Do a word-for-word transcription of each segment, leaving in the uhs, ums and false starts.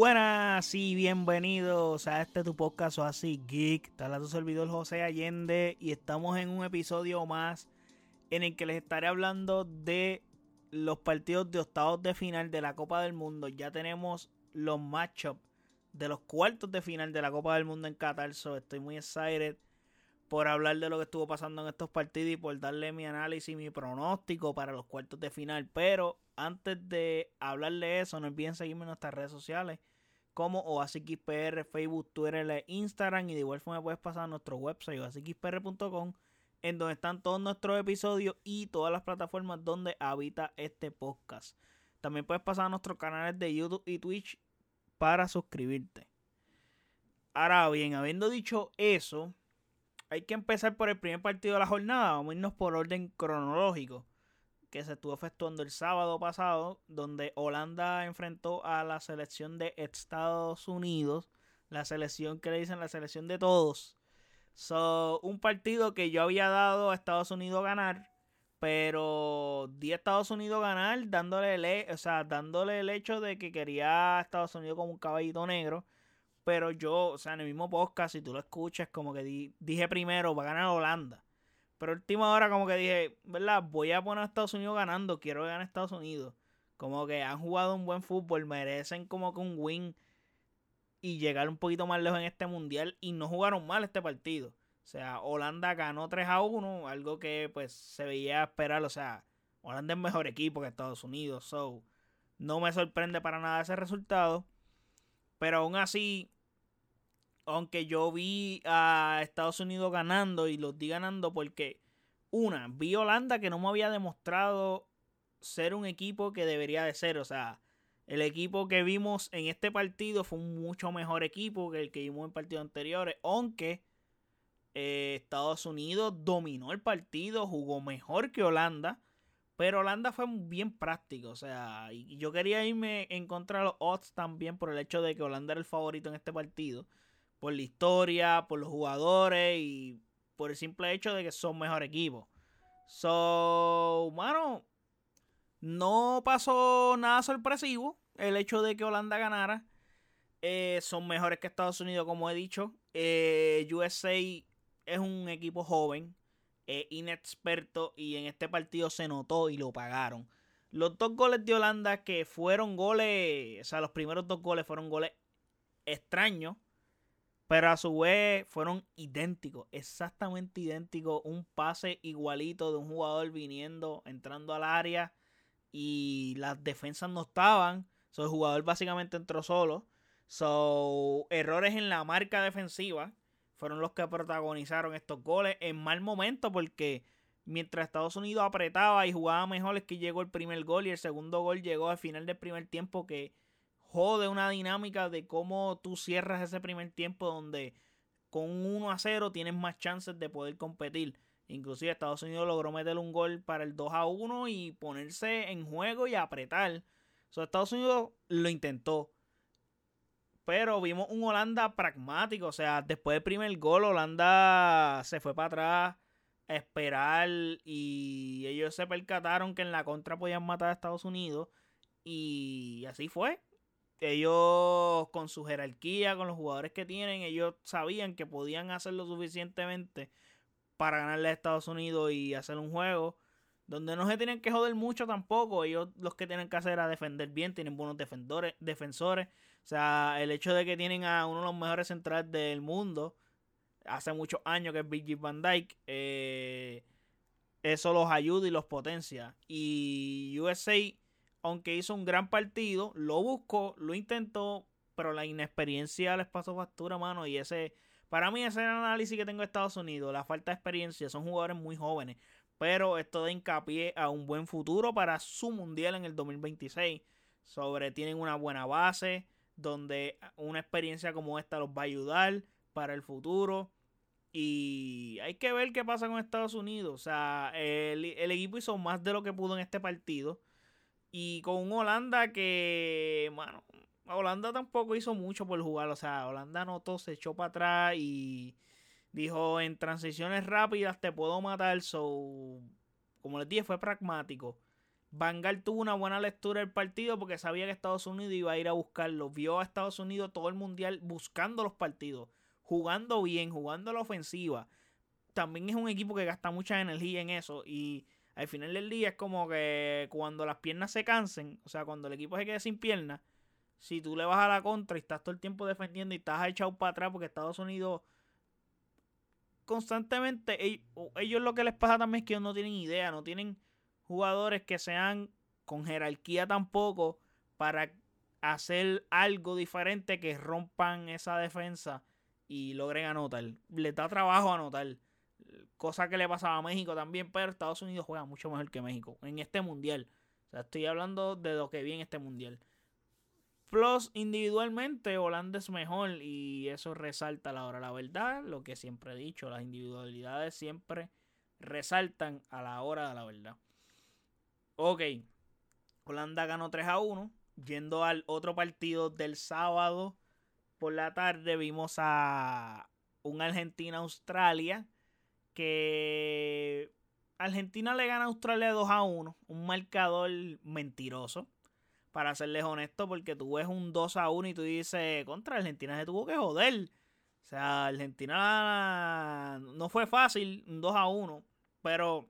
Buenas y bienvenidos a este tu podcast o así geek. Te habla tu servidor José Allende y estamos en un episodio más en el que les estaré hablando de los partidos de octavos de final de la Copa del Mundo. Ya tenemos los matchups de los cuartos de final de la Copa del Mundo en Qatar. So, estoy muy excited por hablar de lo que estuvo pasando en estos partidos y por darle mi análisis y mi pronóstico para los cuartos de final. Pero antes de hablar de eso, no olviden seguirme en nuestras redes sociales como OasisXPR, Facebook, Twitter e Instagram. Y de igual forma puedes pasar a nuestro website oasis x p r punto com, en donde están todos nuestros episodios y todas las plataformas donde habita este podcast. También puedes pasar a nuestros canales de YouTube y Twitch para suscribirte. Ahora bien, habiendo dicho eso, hay que empezar por el primer partido de la jornada. Vamos a irnos por orden cronológico, que se estuvo efectuando el sábado pasado, donde Holanda enfrentó a la selección de Estados Unidos, la selección que le dicen la selección de todos. So, un partido que yo había dado a Estados Unidos ganar, pero di a Estados Unidos ganar dándole el, o sea, dándole el hecho de que quería a Estados Unidos como un caballito negro. Pero yo, o sea, en el mismo podcast, si tú lo escuchas, como que di, dije primero, va a ganar Holanda. Pero última hora como que dije, ¿verdad? Voy a poner a Estados Unidos ganando, quiero que gane Estados Unidos. Como que han jugado un buen fútbol, merecen como que un win y llegar un poquito más lejos en este mundial. Y no jugaron mal este partido. O sea, Holanda ganó tres a uno, algo que pues se veía esperar. O sea, Holanda es mejor equipo que Estados Unidos. So, no me sorprende para nada ese resultado. Pero aún así, aunque yo vi a Estados Unidos ganando y los di ganando porque, una, vi a Holanda que no me había demostrado ser un equipo que debería de ser. O sea, el equipo que vimos en este partido fue un mucho mejor equipo que el que vimos en partidos anteriores. Aunque eh, Estados Unidos dominó el partido, jugó mejor que Holanda. Pero Holanda fue bien práctico, o sea, y yo quería irme en contra de los odds también por el hecho de que Holanda era el favorito en este partido. Por la historia, por los jugadores y por el simple hecho de que son mejor equipo. So, mano, no pasó nada sorpresivo el hecho de que Holanda ganara. Eh, son mejores que Estados Unidos, como he dicho. Eh, U S A es un equipo joven, eh, inexperto, y en este partido se notó y lo pagaron. Los dos goles de Holanda que fueron goles, o sea, los primeros dos goles fueron goles extraños, pero a su vez fueron idénticos, exactamente idénticos. Un pase igualito de un jugador viniendo, entrando al área y las defensas no estaban. So, el jugador básicamente entró solo. So, errores en la marca defensiva fueron los que protagonizaron estos goles en mal momento, porque mientras Estados Unidos apretaba y jugaba mejor es que llegó el primer gol, y el segundo gol llegó al final del primer tiempo, que jode una dinámica de cómo tú cierras ese primer tiempo, donde con un uno a cero tienes más chances de poder competir. Inclusive Estados Unidos logró meter un gol para el dos a uno y ponerse en juego y apretar. So, Estados Unidos lo intentó, pero vimos un Holanda pragmático. O sea, después del primer gol, Holanda se fue para atrás a esperar y ellos se percataron que en la contra podían matar a Estados Unidos. Y así fue. Ellos, con su jerarquía, con los jugadores que tienen, ellos sabían que podían hacer lo suficientemente para ganarle a Estados Unidos y hacer un juego donde no se tienen que joder mucho tampoco. Ellos los que tienen que hacer era defender bien, tienen buenos defensores, defensores. O sea, el hecho de que tienen a uno de los mejores centrales del mundo hace muchos años, que es Virgil van Dijk, eh, eso los ayuda y los potencia. Y U S A, aunque hizo un gran partido, lo buscó, lo intentó, pero la inexperiencia les pasó factura, mano. Y ese, para mí, ese es el análisis que tengo de Estados Unidos, la falta de experiencia. Son jugadores muy jóvenes, pero esto da hincapié a un buen futuro para su mundial en el dos mil veintiséis. Sobre, tienen una buena base, donde una experiencia como esta los va a ayudar para el futuro. Y hay que ver qué pasa con Estados Unidos. O sea, el, el equipo hizo más de lo que pudo en este partido. Y con un Holanda que, mano, Holanda tampoco hizo mucho por jugar. O sea, Holanda anotó, se echó para atrás y dijo: en transiciones rápidas te puedo matar. So, como les dije, fue pragmático. Van Gaal tuvo una buena lectura del partido porque sabía que Estados Unidos iba a ir a buscarlo. Vio a Estados Unidos todo el mundial buscando los partidos, jugando bien, jugando a la ofensiva. También es un equipo que gasta mucha energía en eso y al final del día es como que cuando las piernas se cansen, o sea, cuando el equipo se quede sin piernas, si tú le vas a la contra y estás todo el tiempo defendiendo y estás echado para atrás porque Estados Unidos constantemente, ellos lo que les pasa también es que ellos no tienen idea, no tienen jugadores que sean con jerarquía tampoco para hacer algo diferente que rompan esa defensa y logren anotar. Les da trabajo anotar, cosa que le pasaba a México también, pero Estados Unidos juega mucho mejor que México en este mundial. O sea, estoy hablando de lo que vi en este mundial. Plus, individualmente, Holanda es mejor y eso resalta a la hora de la verdad. Lo que siempre he dicho, las individualidades siempre resaltan a la hora de la verdad. Ok, Holanda ganó tres a uno. Yendo al otro partido del sábado por la tarde, vimos a un Argentina-Australia. Que Argentina le gana a Australia dos a uno. Un marcador mentiroso, para serles honesto, porque tú ves un dos a uno y tú dices, contra Argentina se tuvo que joder. O sea, Argentina no fue fácil, un dos a uno. Pero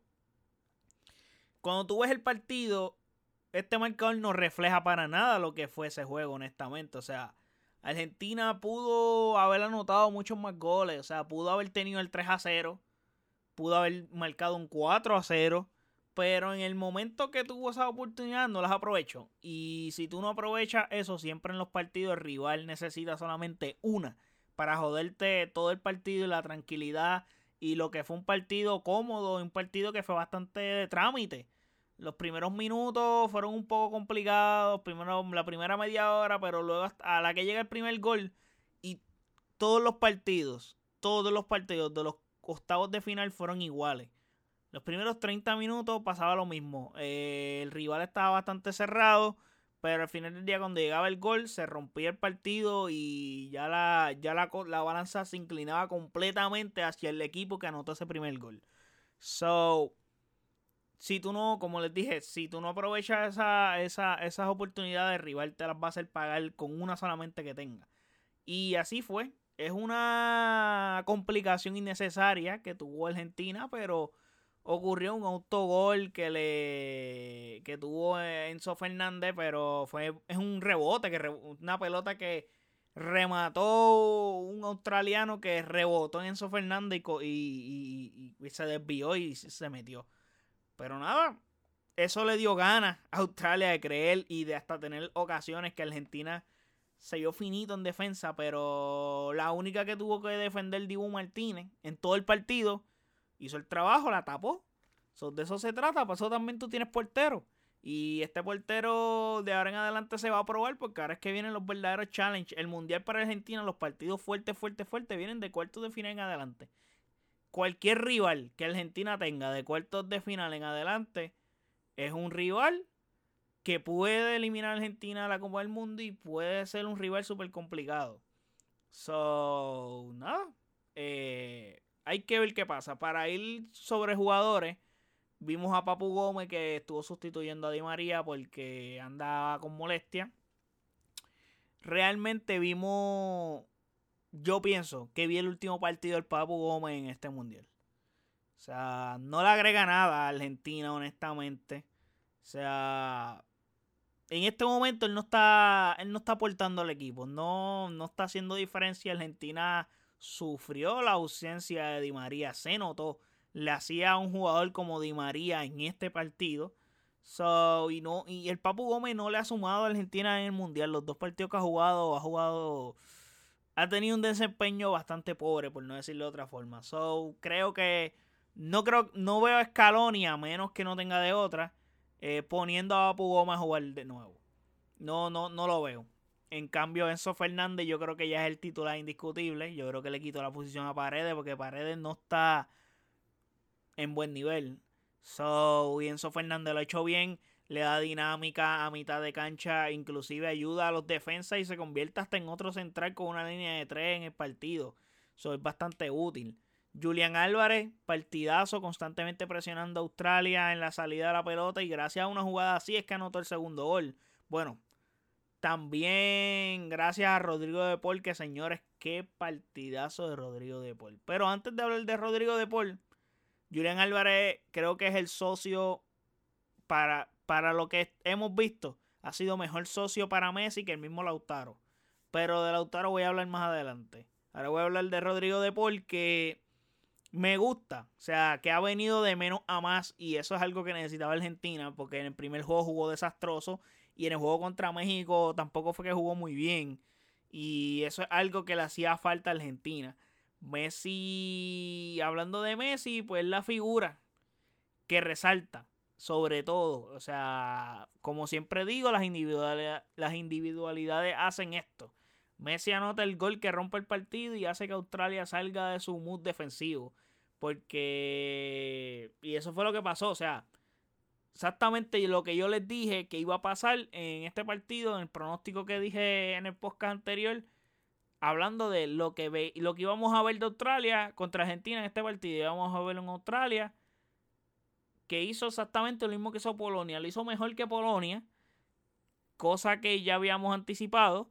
cuando tú ves el partido, este marcador no refleja para nada lo que fue ese juego, honestamente. O sea, Argentina pudo haber anotado muchos más goles. O sea, pudo haber tenido el tres a cero. Pudo haber marcado un cuatro a cero. Pero en el momento que tuvo esa oportunidad no las aprovechó. Y si tú no aprovechas eso, siempre en los partidos el rival necesita solamente una para joderte todo el partido y la tranquilidad. Y lo que fue un partido cómodo, un partido que fue bastante de trámite. Los primeros minutos fueron un poco complicados, primero la primera media hora, pero luego hasta a la que llega el primer gol y todos los partidos, todos los partidos de los octavos de final fueron iguales. Los primeros treinta minutos pasaba lo mismo. Eh, el rival estaba bastante cerrado, pero al final del día cuando llegaba el gol se rompía el partido y ya la, ya la, la balanza se inclinaba completamente hacia el equipo que anotó ese primer gol. So, si tú no, como les dije, si tú no aprovechas esa, esa, esas oportunidades, el rival te las va a hacer pagar con una solamente que tenga. Y así fue. Es una complicación innecesaria que tuvo Argentina, pero ocurrió un autogol que le que tuvo Enzo Fernández, pero fue es un rebote, que una pelota que remató un australiano que rebotó en Enzo Fernández y, y, y, y se desvió y se metió. Pero nada, eso le dio ganas a Australia de creer y de hasta tener ocasiones que Argentina se vio finito en defensa, pero la única que tuvo que defender Dibu Martínez en todo el partido hizo el trabajo, la tapó. So, de eso se trata, por eso también tú tienes portero. Y este portero de ahora en adelante se va a probar porque ahora es que vienen los verdaderos challenges. El mundial para Argentina, los partidos fuertes, fuertes, fuertes vienen de cuartos de final en adelante. Cualquier rival que Argentina tenga de cuartos de final en adelante es un rival que puede eliminar a Argentina a la Copa del Mundo y puede ser un rival súper complicado. So, nada. Eh, hay que ver qué pasa. Para ir sobre jugadores, vimos a Papu Gómez que estuvo sustituyendo a Di María porque andaba con molestia. Realmente vimos, yo pienso que vi el último partido del Papu Gómez en este mundial. O sea, no le agrega nada a Argentina, honestamente. O sea, en este momento él no está, él no está aportando al equipo. No, no está haciendo diferencia. Argentina sufrió la ausencia de Di María. Se notó. Le hacía a un jugador como Di María en este partido. So, y, no, y el Papu Gómez no le ha sumado a Argentina en el Mundial. Los dos partidos que ha jugado, ha jugado... Ha tenido un desempeño bastante pobre, por no decirlo de otra forma. So, creo que... No creo, no veo a Scaloni, a menos que no tenga de otra, eh, poniendo a Papu Gómez a jugar de nuevo. No, no, no lo veo. En cambio, Enzo Fernández yo creo que ya es el titular indiscutible. Yo creo que le quito la posición a Paredes porque Paredes no está en buen nivel. So, y Enzo Fernández lo ha hecho bien. Le da dinámica a mitad de cancha. Inclusive ayuda a los defensas y se convierte hasta en otro central con una línea de tres en el partido. So, es bastante útil. Julián Álvarez, partidazo, constantemente presionando a Australia en la salida de la pelota y gracias a una jugada así es que anotó el segundo gol. Bueno, también gracias a Rodrigo de Paul, que señores, qué partidazo de Rodrigo de Paul. Pero antes de hablar de Rodrigo de Paul, Julián Álvarez creo que es el socio para, para lo que hemos visto. Ha sido mejor socio para Messi que el mismo Lautaro. Pero de Lautaro voy a hablar más adelante. Ahora voy a hablar de Rodrigo de Paul, que me gusta. O sea, que ha venido de menos a más. Y eso es algo que necesitaba Argentina. Porque en el primer juego jugó desastroso. Y en el juego contra México tampoco fue que jugó muy bien. Y eso es algo que le hacía falta a Argentina. Messi, hablando de Messi, pues la figura que resalta. Sobre todo, o sea, como siempre digo, las individualidades, las individualidades hacen esto. Messi anota el gol que rompe el partido y hace que Australia salga de su mood defensivo. Porque... Y eso fue lo que pasó, o sea, exactamente lo que yo les dije que iba a pasar en este partido, en el pronóstico que dije en el podcast anterior, hablando de lo que, ve, lo que íbamos a ver de Australia contra Argentina en este partido. Íbamos a ver en Australia, que hizo exactamente lo mismo que hizo Polonia. Lo hizo mejor que Polonia, cosa que ya habíamos anticipado.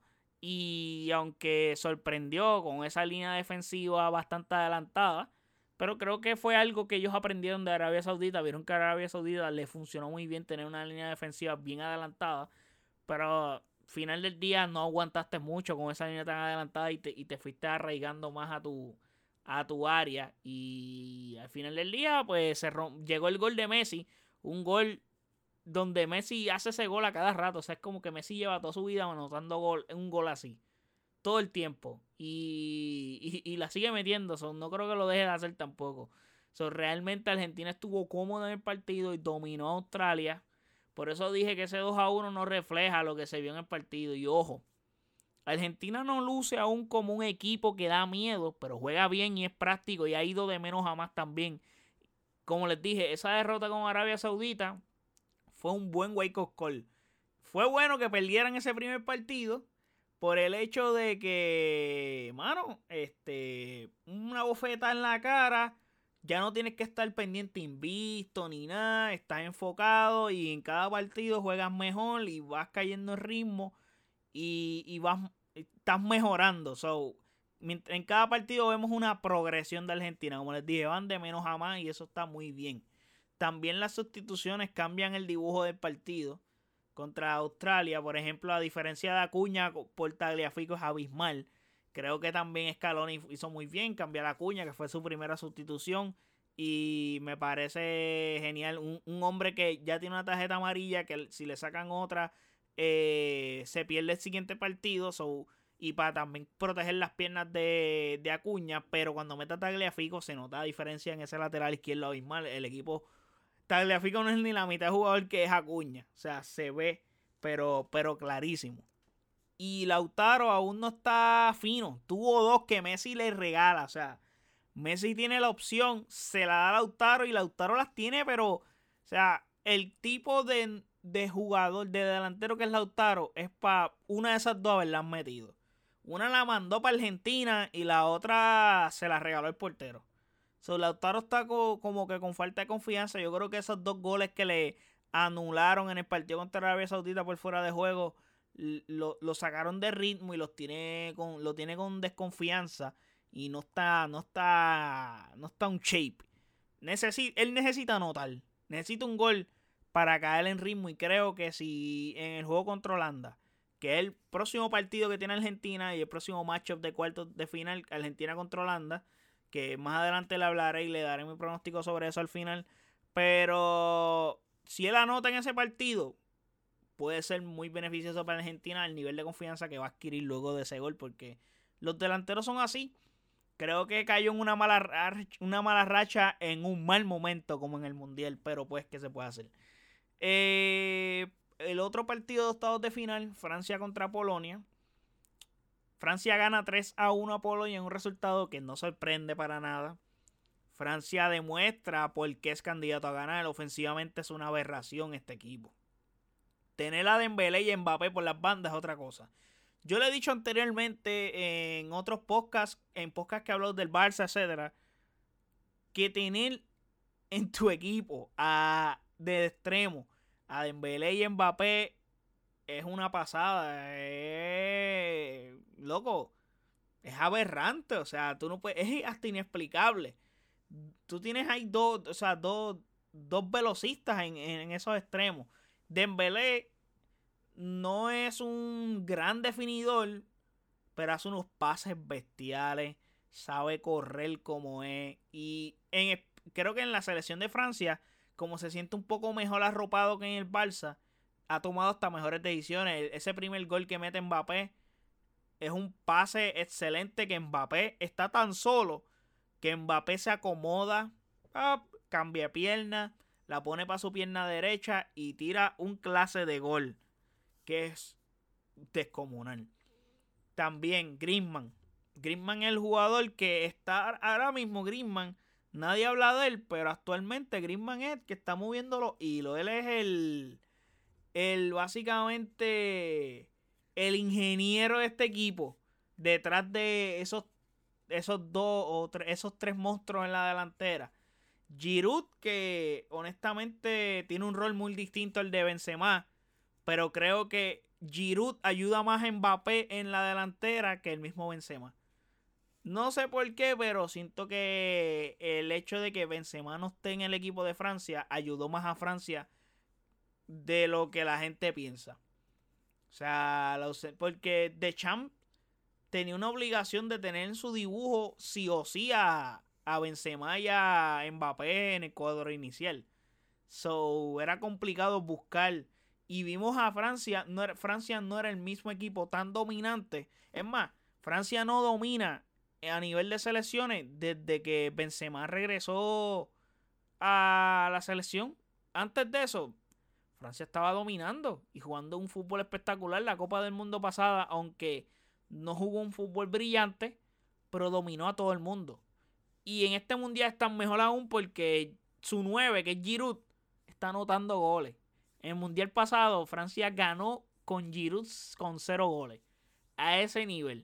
Y aunque sorprendió con esa línea defensiva bastante adelantada, pero creo que fue algo que ellos aprendieron de Arabia Saudita. Vieron que a Arabia Saudita le funcionó muy bien tener una línea defensiva bien adelantada, pero al final del día no aguantaste mucho con esa línea tan adelantada y te, y te fuiste arraigando más a tu, a tu área. Y al final del día, pues se romp... llegó el gol de Messi, un gol donde Messi hace ese gol a cada rato. O sea, es como que Messi lleva toda su vida anotando gol, un gol así, todo el tiempo. Y, y, y la sigue metiendo. So, no creo que lo deje de hacer tampoco. So, realmente Argentina estuvo cómoda en el partido y dominó a Australia. Por eso dije que ese dos a uno no refleja lo que se vio en el partido. Y ojo, Argentina no luce aún como un equipo que da miedo, pero juega bien y es práctico y ha ido de menos a más también. Como les dije, esa derrota con Arabia Saudita fue un buen wake-up call. Fue bueno que perdieran ese primer partido por el hecho de que, mano, este, una bofeta en la cara, ya no tienes que estar pendiente invisto ni nada, estás enfocado y en cada partido juegas mejor y vas cayendo en ritmo y, y vas, estás mejorando. So, en cada partido vemos una progresión de Argentina. Como les dije, van de menos a más y eso está muy bien. También las sustituciones cambian el dibujo del partido. Contra Australia, por ejemplo, a diferencia de Acuña, por Tagliafico es abismal. Creo que también Scaloni hizo muy bien cambiar a Acuña, que fue su primera sustitución. Y me parece genial. Un, un hombre que ya tiene una tarjeta amarilla, que si le sacan otra, eh, se pierde el siguiente partido. So, y para también proteger las piernas de, de Acuña. Pero cuando meta a Tagliafico se nota la diferencia en ese lateral izquierdo abismal. El equipo... Tagliafico no es ni la mitad de jugador que es Acuña. O sea, se ve, pero, pero clarísimo. Y Lautaro aún no está fino. Tuvo dos que Messi le regala. O sea, Messi tiene la opción, se la da a Lautaro y Lautaro las tiene, pero, o sea, el tipo de, de jugador, de delantero que es Lautaro, es para una de esas dos haberlas metido. Una la mandó para Argentina y la otra se la regaló el portero. So, Lautaro está co- como que con falta de confianza. Yo creo que esos dos goles que le anularon en el partido contra Arabia Saudita por fuera de juego lo, lo sacaron de ritmo y los tiene con, lo tiene con desconfianza y no está no está no está un shape. Necesi- él necesita anotar, necesita un gol para caer en ritmo y creo que si en el juego contra Holanda, que es el próximo partido que tiene Argentina y el próximo matchup de cuartos de final, Argentina contra Holanda, que más adelante le hablaré y le daré mi pronóstico sobre eso al final. Pero si él anota en ese partido, puede ser muy beneficioso para Argentina el nivel de confianza que va a adquirir luego de ese gol, porque los delanteros son así. Creo que cayó en una mala, racha, una mala racha en un mal momento como en el Mundial, pero pues, ¿qué se puede hacer? Eh, el otro partido de octavos de final, Francia contra Polonia. Francia gana tres a uno a Polonia en un resultado que no sorprende para nada. Francia demuestra por qué es candidato a ganar. Ofensivamente es una aberración este equipo. Tener a Dembélé y Mbappé por las bandas es otra cosa. Yo le he dicho anteriormente en otros podcasts, en podcasts que hablo del Barça, etcétera, que tener en tu equipo a de extremo a Dembélé y Mbappé es una pasada. Es, loco, es aberrante. O sea, tú no puedes, es hasta inexplicable. Tú tienes ahí dos, o sea, dos, dos velocistas en, en esos extremos. Dembélé no es un gran definidor, pero hace unos pases bestiales, sabe correr como es. Y en, creo que en la selección de Francia, como se siente un poco mejor arropado que en el Barça, ha tomado hasta mejores decisiones. Ese primer gol que mete Mbappé es un pase excelente que Mbappé está tan solo que Mbappé se acomoda, ¡op!, cambia pierna, la pone para su pierna derecha y tira un clase de gol que es descomunal. También Griezmann. Griezmann es el jugador que está ahora mismo. Griezmann, nadie habla de él, pero actualmente Griezmann es el que está moviendo los hilos. Él es el, el básicamente el ingeniero de este equipo, detrás de esos, esos dos o tres, esos tres monstruos en la delantera. Giroud, que honestamente tiene un rol muy distinto al de Benzema, pero creo que Giroud ayuda más a Mbappé en la delantera que el mismo Benzema. No sé por qué, pero siento que el hecho de que Benzema no esté en el equipo de Francia ayudó más a Francia de lo que la gente piensa. O sea, porque Deschamps tenía una obligación de tener en su dibujo sí o sí a, a Benzema y a Mbappé en el cuadro inicial. So, era complicado buscar. Y vimos a Francia, no era, Francia no era el mismo equipo tan dominante. Es más, Francia no domina a nivel de selecciones desde que Benzema regresó a la selección. Antes de eso, Francia estaba dominando y jugando un fútbol espectacular. La Copa del Mundo pasada, aunque no jugó un fútbol brillante, pero dominó a todo el mundo. Y en este mundial están mejor aún porque su nueve, que es Giroud, está anotando goles. En el mundial pasado, Francia ganó con Giroud con cero goles. A ese nivel.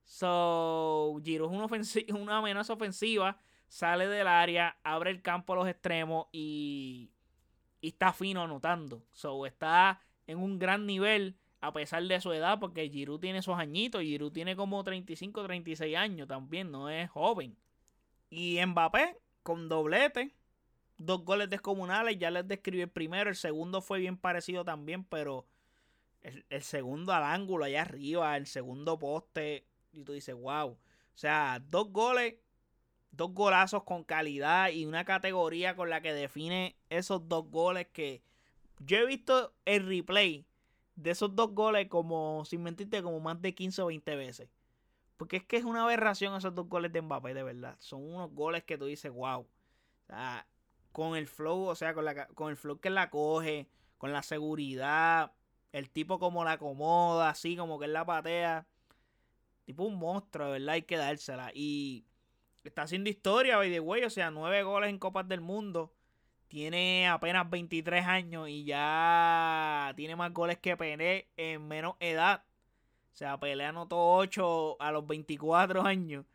So, Giroud es una, ofensiva, una amenaza ofensiva. Sale del área, abre el campo a los extremos y, y está fino anotando. So, está en un gran nivel a pesar de su edad, porque Giroud tiene esos añitos. Giroud tiene como treinta y cinco, treinta y seis años también, no es joven. Y Mbappé con doblete, dos goles descomunales. Ya les describí el primero, el segundo fue bien parecido también, pero el, el segundo al ángulo allá arriba, el segundo poste, y tú dices, wow. O sea, dos goles, dos golazos con calidad y una categoría con la que define esos dos goles que yo he visto el replay de esos dos goles como, sin mentirte, como más de quince o veinte veces. Porque es que es una aberración esos dos goles de Mbappé, de verdad. Son unos goles que tú dices, wow. O sea, con el flow, o sea, con, la, con el flow que la coge, con la seguridad, el tipo como la acomoda, así como que él la patea. Tipo un monstruo, de verdad, hay que dársela. Y está haciendo historia, by the way. O sea, nueve goles en Copas del Mundo. Tiene apenas veintitrés años y ya tiene más goles que Pelé en menos edad. O sea, Pelé anotó ocho a los veinticuatro años.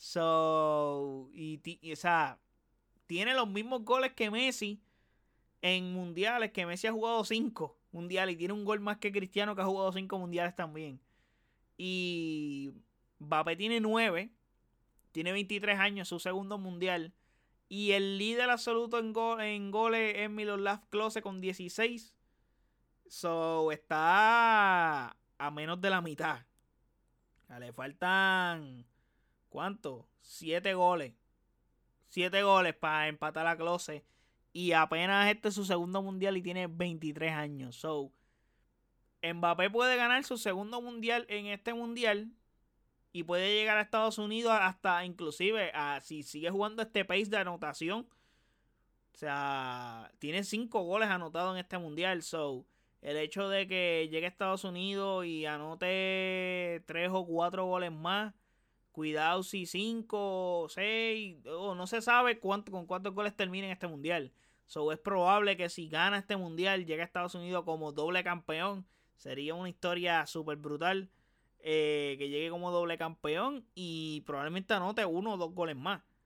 So, y, y, o sea, tiene los mismos goles que Messi en mundiales, que Messi ha jugado cinco mundiales y tiene un gol más que Cristiano, que ha jugado cinco mundiales también. Y Mbappé tiene nueve, tiene veintitrés años, su segundo mundial. Y el líder absoluto en, go en goles es Miroslav Klose con dieciséis. So, está a menos de la mitad. O sea, le faltan, ¿cuánto? Siete goles. Siete goles para empatar a Klose. Y apenas este es su segundo mundial y tiene veintitrés años. So, Mbappé puede ganar su segundo mundial en este mundial. Y puede llegar a Estados Unidos hasta inclusive a, si sigue jugando este pace de anotación. O sea, tiene cinco goles anotados en este mundial. So, el hecho de que llegue a Estados Unidos y anote tres o cuatro goles más. Cuidado si cinco, seis, oh, no se sabe cuánto, con cuántos goles termina en este mundial. So, es probable que si gana este mundial llegue a Estados Unidos como doble campeón. Sería una historia súper brutal. Eh, que llegue como doble campeón y probablemente anote uno o dos goles más.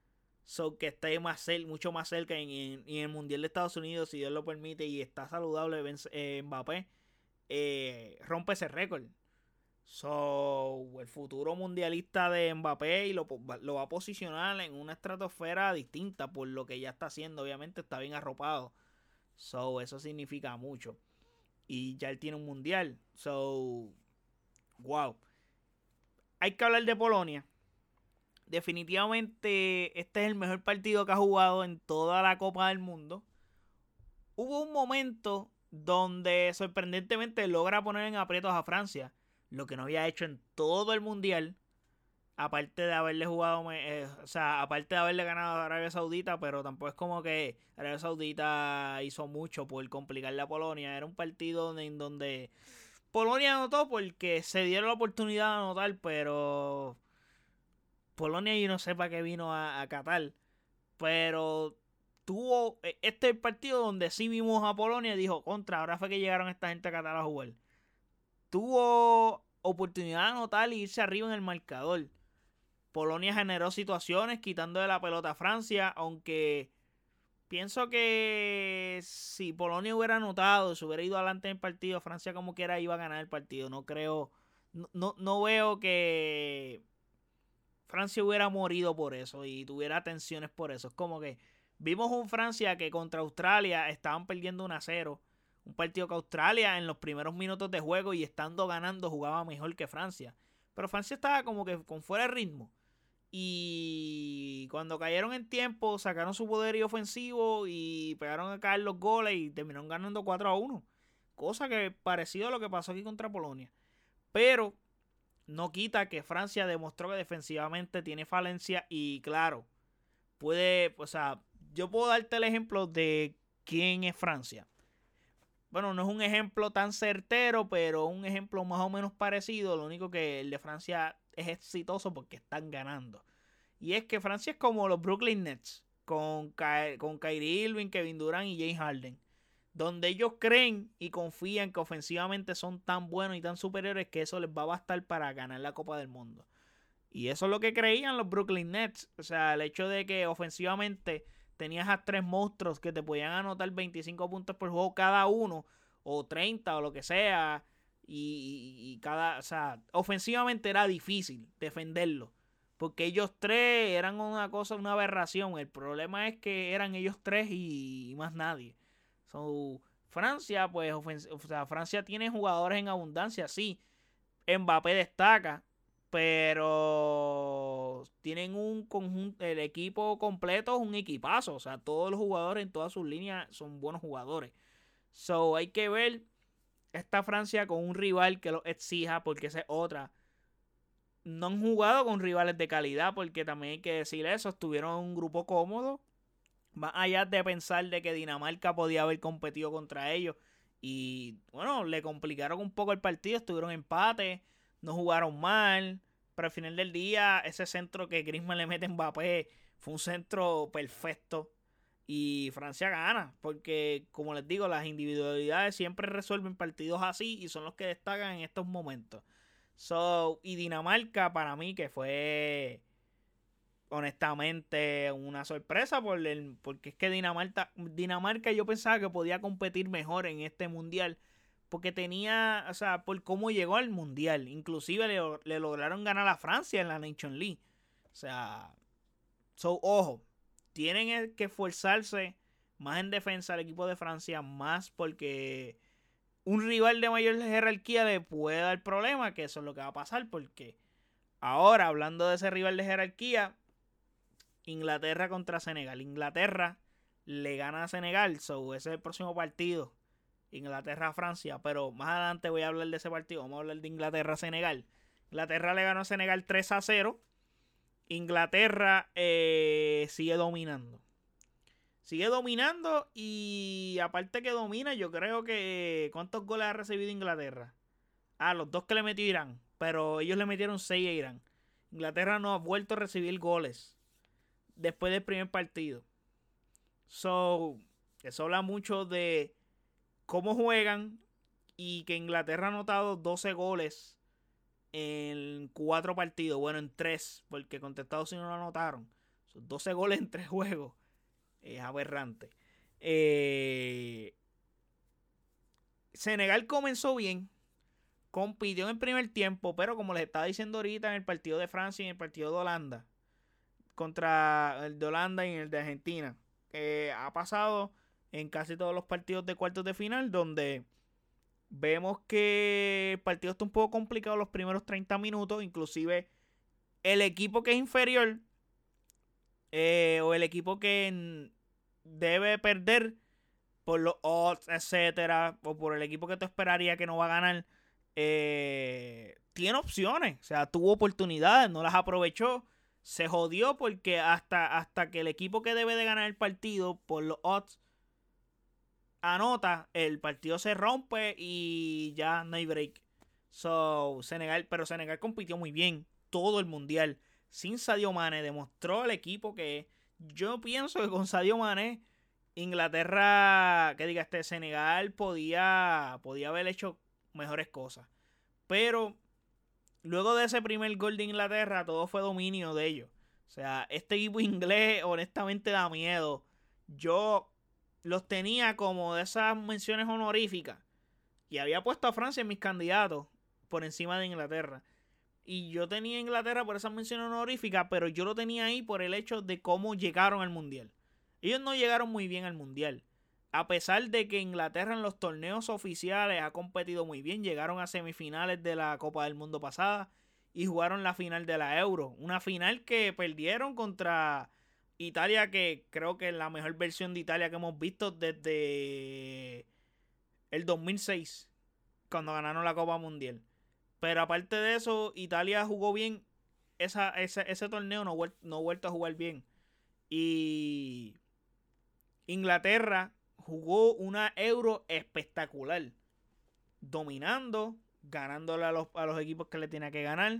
So que esté más cer- mucho más cerca en, en, en el Mundial de Estados Unidos, si Dios lo permite, y está saludable eh, Mbappé, eh, rompe ese récord. So, el futuro mundialista de Mbappé y lo, lo va a posicionar en una estratosfera distinta por lo que ya está haciendo. Obviamente está bien arropado. So, eso significa mucho. Y ya él tiene un mundial. So, wow. Hay que hablar de Polonia. Definitivamente este es el mejor partido que ha jugado en toda la Copa del Mundo. Hubo un momento donde sorprendentemente logra poner en aprietos a Francia, lo que no había hecho en todo el mundial, aparte de haberle jugado, eh, o sea, aparte de haberle ganado a Arabia Saudita, pero tampoco es como que Arabia Saudita hizo mucho por complicarle a Polonia. Era un partido en donde Polonia anotó porque se dieron la oportunidad de anotar, pero Polonia yo no sé para qué vino a, a Qatar, pero tuvo este partido donde sí vimos a Polonia y dijo, contra, ahora fue que llegaron esta gente a Qatar a jugar. Tuvo oportunidad de anotar y irse arriba en el marcador. Polonia generó situaciones quitando de la pelota a Francia, aunque pienso que si Polonia hubiera anotado, si hubiera ido adelante en el partido, Francia como quiera iba a ganar el partido. No creo, no, no, no veo que Francia hubiera morido por eso y tuviera tensiones por eso. Es como que vimos un Francia que contra Australia estaban perdiendo uno a cero. Un partido que Australia en los primeros minutos de juego y estando ganando jugaba mejor que Francia. Pero Francia estaba como que con fuera de ritmo. Y cuando cayeron en tiempo, sacaron su poderío ofensivo y pegaron a caer los goles y terminaron ganando cuatro a uno. Cosa que parecido a lo que pasó aquí contra Polonia. Pero no quita que Francia demostró que defensivamente tiene falencia y claro, puede, o sea, yo puedo darte el ejemplo de quién es Francia. Bueno, no es un ejemplo tan certero, pero un ejemplo más o menos parecido. Lo único que el de Francia es exitoso porque están ganando. Y es que Francia es como los Brooklyn Nets, con, Ky- con Kyrie Irving, Kevin Durant y James Harden. Donde ellos creen y confían que ofensivamente son tan buenos y tan superiores que eso les va a bastar para ganar la Copa del Mundo. Y eso es lo que creían los Brooklyn Nets. O sea, el hecho de que ofensivamente tenías a tres monstruos que te podían anotar veinticinco puntos por juego cada uno, o treinta o lo que sea. Y, y, y cada, o sea, ofensivamente era difícil defenderlo. Porque ellos tres eran una cosa, una aberración. El problema es que eran ellos tres y, y más nadie. So, Francia, pues, ofens- o sea, Francia tiene jugadores en abundancia, sí. Mbappé destaca, pero tienen un conjunto, el equipo completo es un equipazo, o sea, todos los jugadores en todas sus líneas son buenos jugadores. So, hay que ver esta Francia con un rival que lo exija, porque esa es otra. No han jugado con rivales de calidad, porque también hay que decir eso, estuvieron en un grupo cómodo, más allá de pensar de que Dinamarca podía haber competido contra ellos. Y bueno, le complicaron un poco el partido, estuvieron en empate, no jugaron mal. Pero al final del día, ese centro que Griezmann le mete a Mbappé fue un centro perfecto. Y Francia gana, porque como les digo, las individualidades siempre resuelven partidos así y son los que destacan en estos momentos. So, y Dinamarca para mí que fue honestamente una sorpresa por el, porque es que Dinamarca, Dinamarca yo pensaba que podía competir mejor en este mundial porque tenía, o sea, por cómo llegó al mundial, inclusive le, le lograron ganar a Francia en la Nation League, o sea, so, ojo, tienen que esforzarse más en defensa al equipo de Francia, más porque un rival de mayor jerarquía le puede dar problema, que eso es lo que va a pasar, porque ahora hablando de ese rival de jerarquía, Inglaterra contra Senegal. Inglaterra le gana a Senegal, so ese es el próximo partido. Inglaterra-Francia, pero más adelante voy a hablar de ese partido. Vamos a hablar de Inglaterra-Senegal. Inglaterra le ganó a Senegal tres a cero. Inglaterra eh, sigue dominando. Sigue dominando y aparte que domina, yo creo que... ¿Cuántos goles ha recibido Inglaterra? Ah, los dos que le metió Irán, pero ellos le metieron seis a Irán. Inglaterra no ha vuelto a recibir goles después del primer partido. So, eso habla mucho de cómo juegan y que Inglaterra ha anotado doce goles en cuatro partidos. Bueno, en tres, porque contra Estados Unidos no anotaron. doce goles en tres juegos. Es aberrante. Eh, Senegal comenzó bien. Compitió en el primer tiempo, pero como les estaba diciendo ahorita, en el partido de Francia y en el partido de Holanda, contra el de Holanda y el de Argentina, eh, ha pasado en casi todos los partidos de cuartos de final, donde vemos que el partido está un poco complicado los primeros treinta minutos, inclusive el equipo que es inferior eh, o el equipo que debe perder por los odds, etcétera, o por el equipo que tú esperaría que no va a ganar, eh, tiene opciones, o sea, tuvo oportunidades, no las aprovechó, se jodió porque hasta, hasta que el equipo que debe de ganar el partido por los odds anota, el partido se rompe y ya no hay break. So, Senegal, pero Senegal compitió muy bien todo el mundial sin Sadio Mané, demostró el equipo que yo pienso que con Sadio Mané Inglaterra, que diga este Senegal podía podía haber hecho mejores cosas, pero luego de ese primer gol de Inglaterra todo fue dominio de ellos. O sea, este equipo inglés honestamente da miedo. Yo los tenía como de esas menciones honoríficas y había puesto a Francia en mis candidatos por encima de Inglaterra. Y yo tenía a Inglaterra por esas menciones honoríficas, pero yo lo tenía ahí por el hecho de cómo llegaron al Mundial. Ellos no llegaron muy bien al Mundial. A pesar de que Inglaterra en los torneos oficiales ha competido muy bien, llegaron a semifinales de la Copa del Mundo pasada y jugaron la final de la Euro. Una final que perdieron contra Italia, que creo que es la mejor versión de Italia que hemos visto desde el dos mil seis, cuando ganaron la Copa Mundial. Pero aparte de eso, Italia jugó bien esa, esa, ese torneo, no, no ha vuelto a jugar bien. Y Inglaterra jugó una Euro espectacular, dominando, ganándole a los, a los equipos que le tenía que ganar.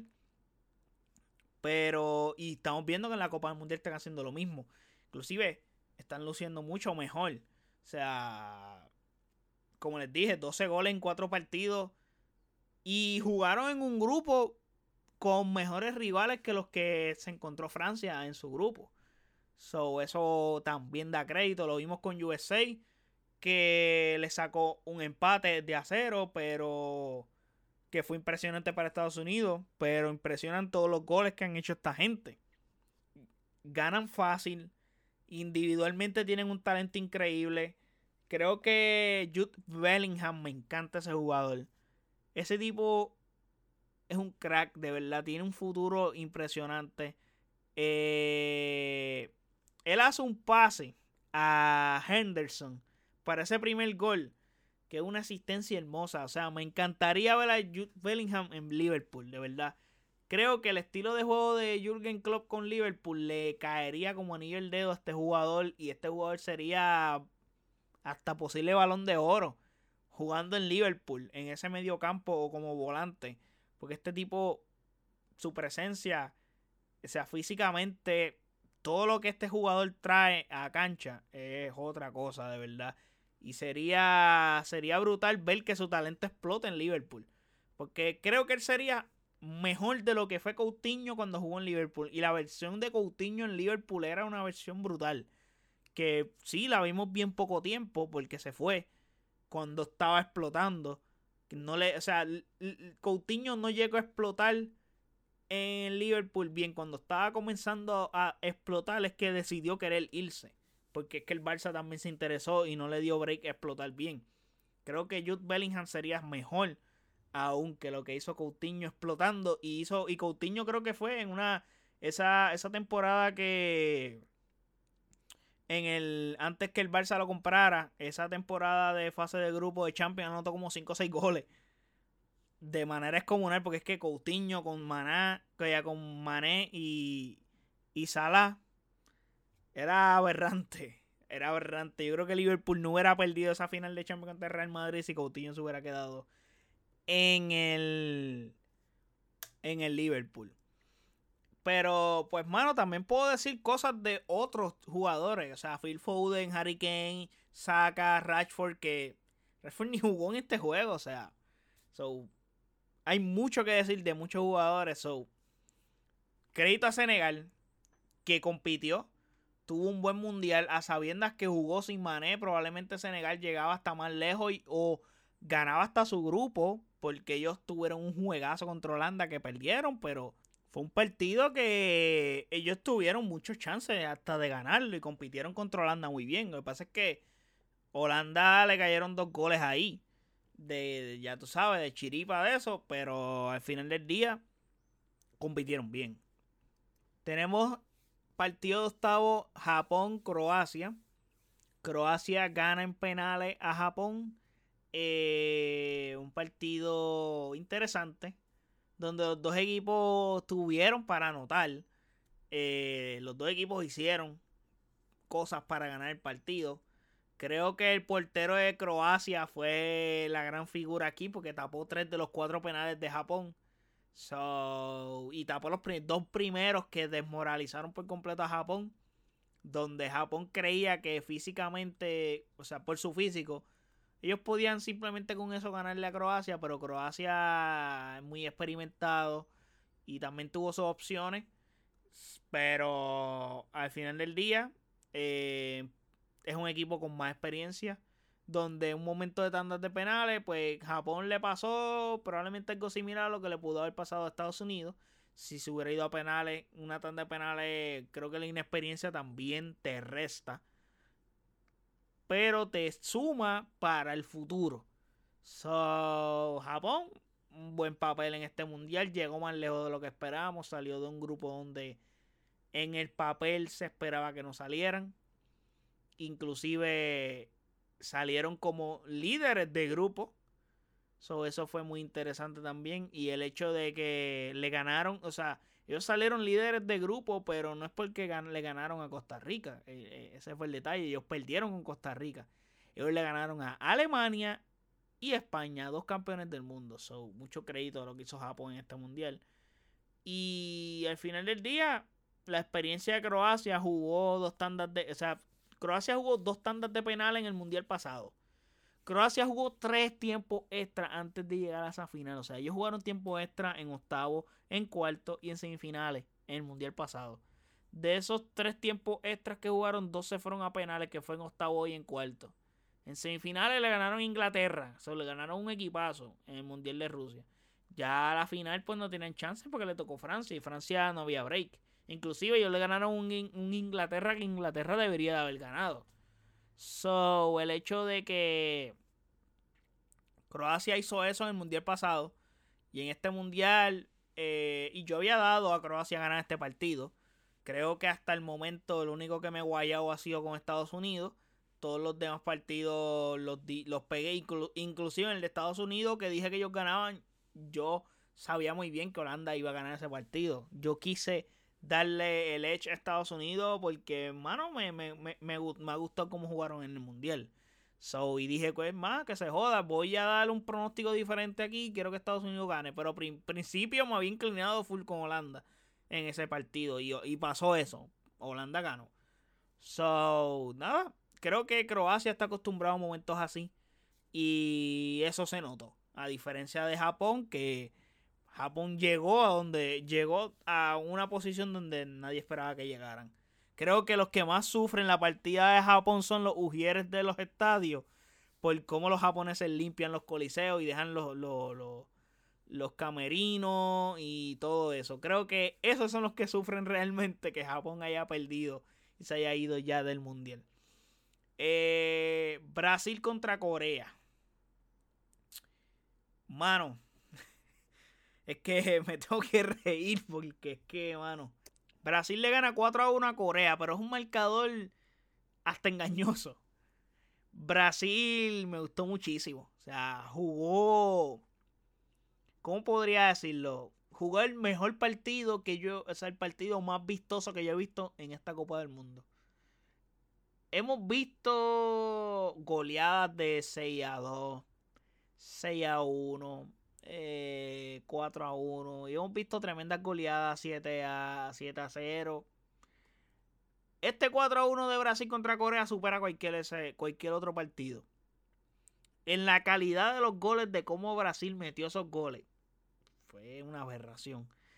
Pero, y estamos viendo que en la Copa del Mundial están haciendo lo mismo. Inclusive, están luciendo mucho mejor. O sea, como les dije, doce goles en cuatro partidos. Y jugaron en un grupo con mejores rivales que los que se encontró Francia en su grupo. So, eso también da crédito. Lo vimos con U S A, que le sacó un empate de a cero, pero que fue impresionante para Estados Unidos. Pero impresionan todos los goles que han hecho esta gente. Ganan fácil. Individualmente tienen un talento increíble. Creo que Jude Bellingham, me encanta ese jugador. Ese tipo es un crack, de verdad. Tiene un futuro impresionante. Eh, él hace un pase a Henderson para ese primer gol, que es una asistencia hermosa. O sea, me encantaría ver a Jude Bellingham en Liverpool, de verdad. Creo que el estilo de juego de Jürgen Klopp con Liverpool le caería como anillo al dedo a este jugador. Y este jugador sería hasta posible Balón de Oro jugando en Liverpool, en ese medio campo o como volante. Porque este tipo, su presencia, o sea, físicamente, todo lo que este jugador trae a cancha es otra cosa, de verdad. Y sería, sería brutal ver que su talento explote en Liverpool. Porque creo que él sería mejor de lo que fue Coutinho cuando jugó en Liverpool. Y la versión de Coutinho en Liverpool era una versión brutal. Que sí, la vimos bien poco tiempo porque se fue cuando estaba explotando. No le, o sea, Coutinho no llegó a explotar en Liverpool bien. Cuando estaba comenzando a explotar es que decidió querer irse, porque es que el Barça también se interesó y no le dio break a explotar bien. Creo que Jude Bellingham sería mejor aún que lo que hizo Coutinho explotando. Y hizo y Coutinho creo que fue en una esa, esa temporada que en el antes que el Barça lo comprara, esa temporada de fase de grupo de Champions, anotó como cinco o seis goles de manera descomunal, porque es que Coutinho con Maná, con Mané y, y Salah era aberrante, era aberrante. Yo creo que Liverpool no hubiera perdido esa final de Champions contra el Real Madrid si Coutinho se hubiera quedado en el en el Liverpool. Pero, pues, mano, también puedo decir cosas de otros jugadores. O sea, Phil Foden, Harry Kane, Saka, Rashford, que Rashford ni jugó en este juego. O sea, so, hay mucho que decir de muchos jugadores. So, crédito a Senegal. que compitió, tuvo un buen mundial, a sabiendas que jugó sin Mané, probablemente Senegal llegaba hasta más lejos y, o ganaba hasta su grupo, porque ellos tuvieron un juegazo contra Holanda que perdieron, pero fue un partido que ellos tuvieron muchos chances hasta de ganarlo y compitieron contra Holanda muy bien. Lo que pasa es que Holanda le cayeron dos goles ahí, de ya tú sabes, de chiripa de eso, pero al final del día compitieron bien. Tenemos partido de octavo Japón-Croacia. Croacia gana en penales a Japón. Eh, un partido interesante donde los dos equipos tuvieron para anotar. Eh, los dos equipos hicieron cosas para ganar el partido. Creo que el portero de Croacia fue la gran figura aquí porque tapó tres de los cuatro penales de Japón. So, y tapó los prim- dos primeros que desmoralizaron por completo a Japón. Donde Japón creía que físicamente, o sea, por su físico, ellos podían simplemente con eso ganarle a Croacia, pero Croacia es muy experimentado y también tuvo sus opciones. Pero al final del día, eh, es un equipo con más experiencia. Donde en un momento de tandas de penales, pues Japón le pasó probablemente algo similar a lo que le pudo haber pasado a Estados Unidos. Si se hubiera ido a penales, una tanda de penales, creo que la inexperiencia también te resta. Pero te suma para el futuro. So, Japón, un buen papel en este mundial. Llegó más lejos de lo que esperábamos. Salió de un grupo donde en el papel se esperaba que no salieran. Inclusive salieron como líderes de grupo. So, eso fue muy interesante también. Y el hecho de que le ganaron, o sea, ellos salieron líderes de grupo, pero no es porque gan- le ganaron a Costa Rica. Eh, eh, ese fue el detalle. Ellos perdieron con Costa Rica. Ellos le ganaron a Alemania y España, dos campeones del mundo. So, mucho crédito a lo que hizo Japón en este mundial. Y al final del día, la experiencia de Croacia jugó dos tandas de. O sea, Croacia jugó dos tandas de penal en el mundial pasado. Croacia jugó tres tiempos extra antes de llegar a esa final. O sea, ellos jugaron tiempo extra en octavo, en cuarto y en semifinales en el mundial pasado. De esos tres tiempos extras que jugaron, dos se fueron a penales, que fue en octavo y en cuarto. En semifinales le ganaron a Inglaterra. O sea, le ganaron un equipazo en el mundial de Rusia. Ya a la final pues no tenían chance porque le tocó Francia y Francia no había break. Inclusive ellos le ganaron un, un Inglaterra que Inglaterra debería de haber ganado. So, el hecho de que Croacia hizo eso en el mundial pasado y en este mundial, eh, y yo había dado a Croacia ganar este partido. Creo que hasta el momento el único que me he guayado ha sido con Estados Unidos. Todos los demás partidos los, di, los pegué, inclu, inclusive en el de Estados Unidos que dije que ellos ganaban. Yo sabía muy bien que Holanda iba a ganar ese partido. Yo quise darle el edge a Estados Unidos porque, hermano, me, me, me, me, me ha gustado cómo jugaron en el mundial. So, y dije, pues más, que se joda, voy a dar un pronóstico diferente aquí, quiero que Estados Unidos gane. Pero en principio me había inclinado full con Holanda en ese partido. Y, y pasó eso. Holanda ganó. So, nada, creo que Croacia está acostumbrado a momentos así. Y eso se notó. A diferencia de Japón, que Japón llegó a donde llegó a una posición donde nadie esperaba que llegaran. Creo que los que más sufren la partida de Japón son los ujieres de los estadios. Por cómo los japoneses limpian los coliseos y dejan los, los, los, los camerinos y todo eso. Creo que esos son los que sufren realmente que Japón haya perdido y se haya ido ya del mundial. Eh, Brasil contra Corea. Mano, es que me tengo que reír porque es que, mano, Brasil le gana cuatro a uno a Corea, pero es un marcador hasta engañoso. Brasil me gustó muchísimo. O sea, jugó, ¿cómo podría decirlo? Jugó el mejor partido que yo, o sea, el partido más vistoso que yo he visto en esta Copa del Mundo. Hemos visto goleadas de seis a dos, seis a uno, eh, cuatro a uno. Y hemos visto tremendas goleadas siete a cero. Este cuatro a uno de Brasil contra Corea supera cualquier, ese, cualquier otro partido. En la calidad de los goles, de cómo Brasil metió esos goles, fue una aberración.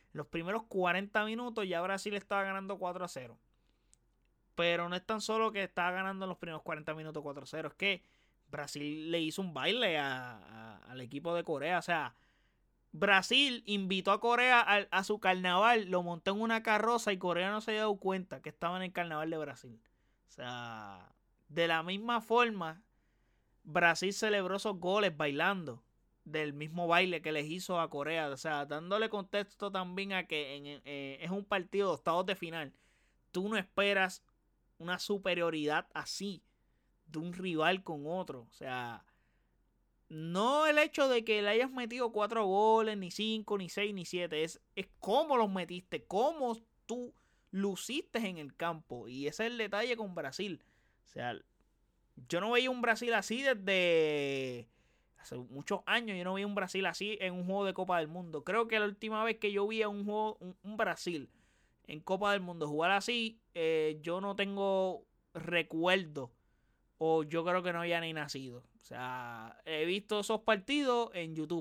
En los primeros cuarenta minutos ya Brasil estaba ganando cuatro a cero. Pero no es tan solo que estaba ganando en los primeros cuarenta minutos cuatro a cero. Es que Brasil le hizo un baile a, a, al equipo de Corea. O sea, Brasil invitó a Corea a, a su carnaval, lo montó en una carroza y Corea no se había dado cuenta que estaba en el carnaval de Brasil. O sea, de la misma forma, Brasil celebró esos goles bailando del mismo baile que les hizo a Corea. O sea, dándole contexto también a que en, eh, es un partido de octavos de final. Tú no esperas una superioridad así de un rival con otro. O sea, no el hecho de que le hayas metido cuatro goles, ni cinco, ni seis, ni siete. Es, es cómo los metiste, cómo tú luciste en el campo. Y ese es el detalle con Brasil. O sea, yo no veía un Brasil así desde hace muchos años. Yo no veía un Brasil así en un juego de Copa del Mundo. Creo que la última vez que yo vi un juego, un, un Brasil en Copa del Mundo jugar así, eh, yo no tengo recuerdo, o yo creo que no había ni nacido. O sea, he visto esos partidos en YouTube.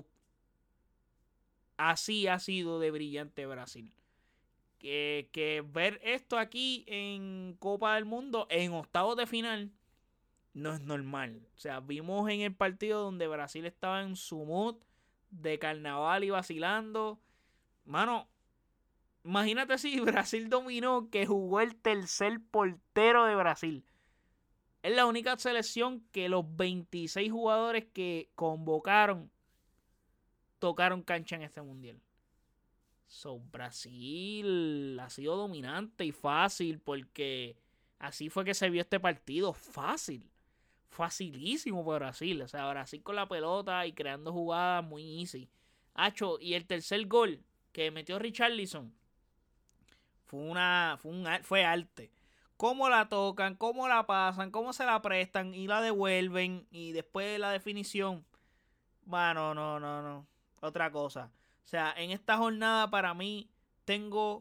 Así ha sido de brillante Brasil. Que, que ver esto aquí en Copa del Mundo, en octavos de final, no es normal. O sea, vimos en el partido donde Brasil estaba en su mood de carnaval y vacilando. Mano, imagínate si Brasil dominó, que jugó el tercer portero de Brasil. Es la única selección que los veintiséis jugadores que convocaron tocaron cancha en este mundial. So, Brasil ha sido dominante y fácil, porque así fue que se vio este partido. Fácil. Facilísimo para Brasil. O sea, Brasil con la pelota y creando jugadas muy easy. Hacho, y el tercer gol que metió Richarlison fue una fue, un, fue arte. Cómo la tocan, cómo la pasan, cómo se la prestan y la devuelven, y después la definición. Bueno, no, no, no. Otra cosa. O sea, en esta jornada para mí tengo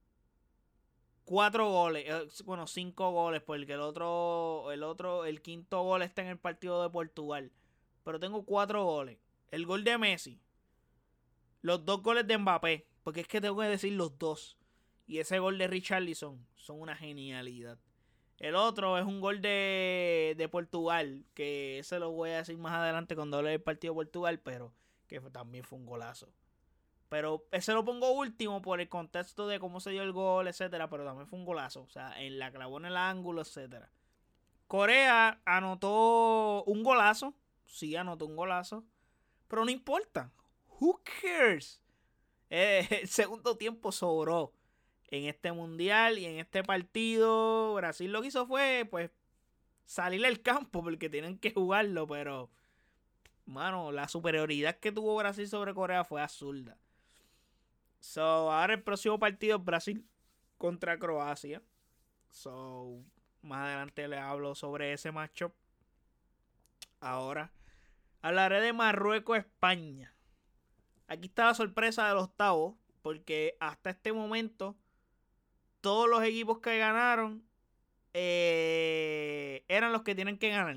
cuatro goles, eh, bueno, cinco goles, porque el otro, el otro, el quinto gol está en el partido de Portugal. Pero tengo cuatro goles. El gol de Messi, los dos goles de Mbappé, porque es que tengo que decir los dos. Y ese gol de Richarlison son una genialidad. El otro es un gol de, de Portugal, que ese lo voy a decir más adelante cuando hable del partido de Portugal, pero que también fue un golazo. Pero ese lo pongo último por el contexto de cómo se dio el gol, etcétera. Pero también fue un golazo. O sea, en la clavó en el ángulo, etcétera. Corea anotó un golazo. Sí, anotó un golazo. Pero no importa. Who cares? Eh, el segundo tiempo sobró en este mundial y en este partido. Brasil lo que hizo fue, pues, salir del campo porque tienen que jugarlo. Pero, mano, la superioridad que tuvo Brasil sobre Corea fue absurda. So, ahora el próximo partido es Brasil contra Croacia. So, más adelante les hablo sobre ese matchup. Ahora hablaré de Marruecos-España. Aquí está la sorpresa del octavo, porque hasta este momento todos los equipos que ganaron eh, eran los que tienen que ganar.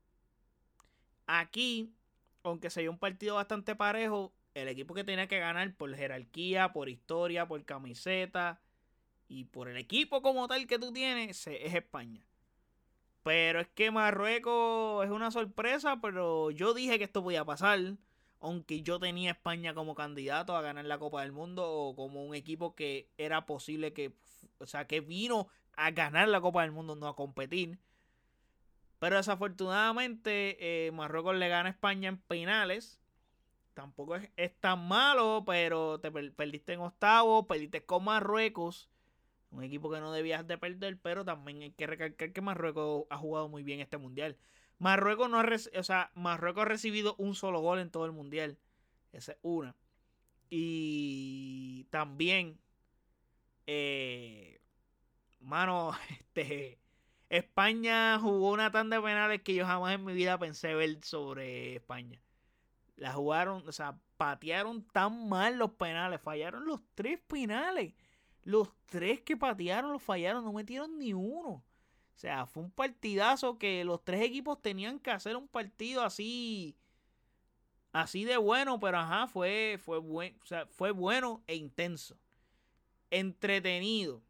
Aquí, aunque se dio un partido bastante parejo, el equipo que tenía que ganar por jerarquía, por historia, por camiseta y por el equipo como tal que tú tienes es España. Pero es que Marruecos es una sorpresa, pero yo dije que esto podía pasar, aunque yo tenía a España como candidato a ganar la Copa del Mundo, o como un equipo que era posible que, o sea, que vino a ganar la Copa del Mundo, no a competir. Pero desafortunadamente eh, Marruecos le gana a España en penales. Tampoco es, es tan malo, pero te per- perdiste en octavo, perdiste con Marruecos, un equipo que no debías de perder, pero también hay que recalcar que Marruecos ha jugado muy bien este mundial. Marruecos no ha, o sea, Marruecos ha recibido un solo gol en todo el mundial. Esa es una. Y también, eh, mano, este, España jugó una tanda de penales que yo jamás en mi vida pensé ver sobre España. La jugaron, o sea, patearon tan mal los penales. Fallaron los tres penales. Los tres que patearon los fallaron, no metieron ni uno. O sea, fue un partidazo que los tres equipos tenían que hacer un partido así, así de bueno, pero ajá, fue, fue, buen, o sea, fue bueno e intenso. entretenido.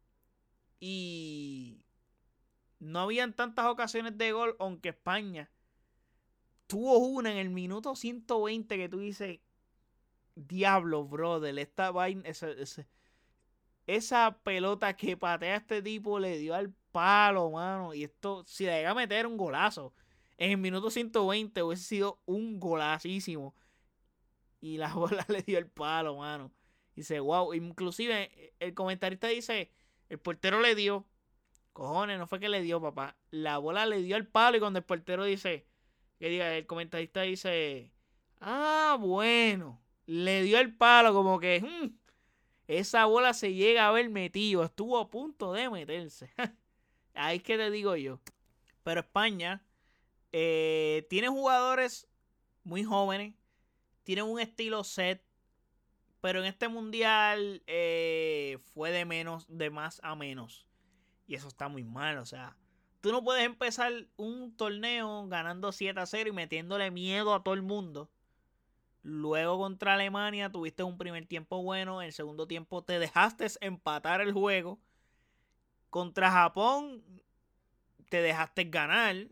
Y no habían tantas ocasiones de gol, aunque España tuvo una en el minuto ciento veinte que tú dices, diablo, brother, esta vaina, esa, esa, esa pelota que patea este tipo le dio al palo, mano. Y esto, si le llega a meter un golazo en el minuto ciento veinte, hubiese sido un golacísimo. Y la bola le dio el palo, mano. Dice, wow. Inclusive, el comentarista dice, el portero le dio. Cojones, no fue que le dio, papá. La bola le dio el palo y cuando el portero dice, que diga, el comentarista dice, ah, bueno, le dio el palo, como que mmm, esa bola se llega a haber metido, estuvo a punto de meterse. Ahí es que te digo yo. Pero España eh, tiene jugadores muy jóvenes, tienen un estilo set, pero en este mundial eh, fue de menos, de más a menos. Y eso está muy mal, o sea, tú no puedes empezar un torneo ganando siete a cero y metiéndole miedo a todo el mundo. Luego contra Alemania tuviste un primer tiempo bueno, en el segundo tiempo te dejaste empatar el juego. Contra Japón te dejaste ganar.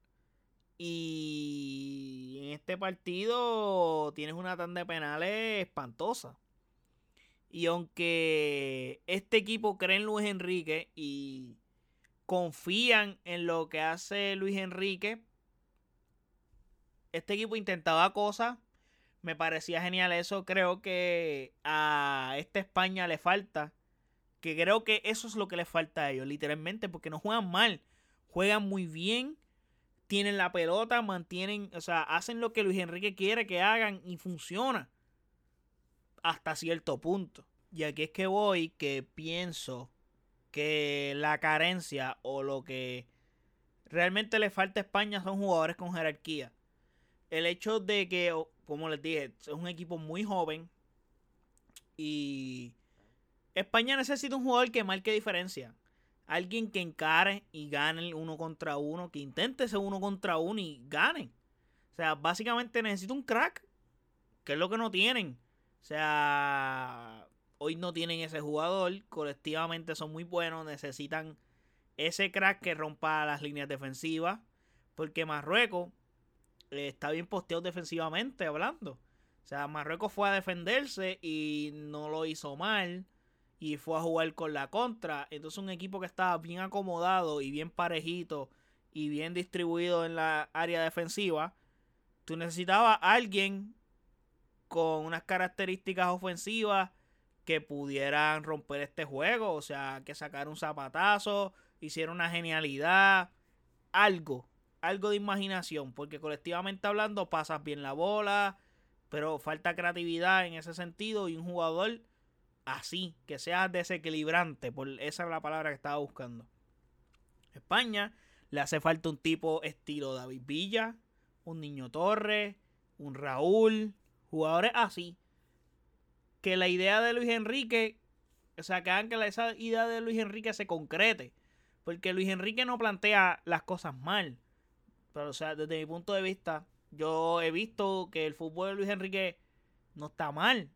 Y en este partido tienes una tanda de penales espantosa. Y aunque este equipo cree en Luis Enrique y confían en lo que hace Luis Enrique, este equipo intentaba cosas, me parecía genial eso. Creo que a esta España le falta, que creo que eso es lo que le falta a ellos, literalmente, porque no juegan mal, juegan muy bien, tienen la pelota, mantienen, o sea, hacen lo que Luis Enrique quiere que hagan y funciona hasta cierto punto. Y aquí es que voy, que pienso que la carencia o lo que realmente le falta a España son jugadores con jerarquía. El hecho de que, como les dije, es un equipo muy joven y España necesita un jugador que marque diferencia. Alguien que encare y gane uno contra uno, que intente ese uno contra uno y gane. O sea, básicamente necesita un crack, que es lo que no tienen. O sea, hoy no tienen ese jugador, colectivamente son muy buenos, necesitan ese crack que rompa las líneas defensivas, porque Marruecos eh, está bien posteado defensivamente hablando. O sea, Marruecos fue a defenderse y no lo hizo mal y fue a jugar con la contra. Entonces un equipo que estaba bien acomodado y bien parejito y bien distribuido en la área defensiva, tú necesitabas a alguien con unas características ofensivas que pudieran romper este juego. O sea, que sacar un zapatazo, hiciera una genialidad, algo, algo de imaginación, porque colectivamente hablando pasas bien la bola, pero falta creatividad en ese sentido y un jugador así, que sea desequilibrante, por esa es la palabra que estaba buscando. España le hace falta un tipo estilo David Villa, un Niño Torres, un Raúl, jugadores así, que la idea de Luis Enrique, o sea, que hagan que la, esa idea de Luis Enrique se concrete, porque Luis Enrique no plantea las cosas mal, pero o sea, desde mi punto de vista, yo he visto que el fútbol de Luis Enrique no está mal,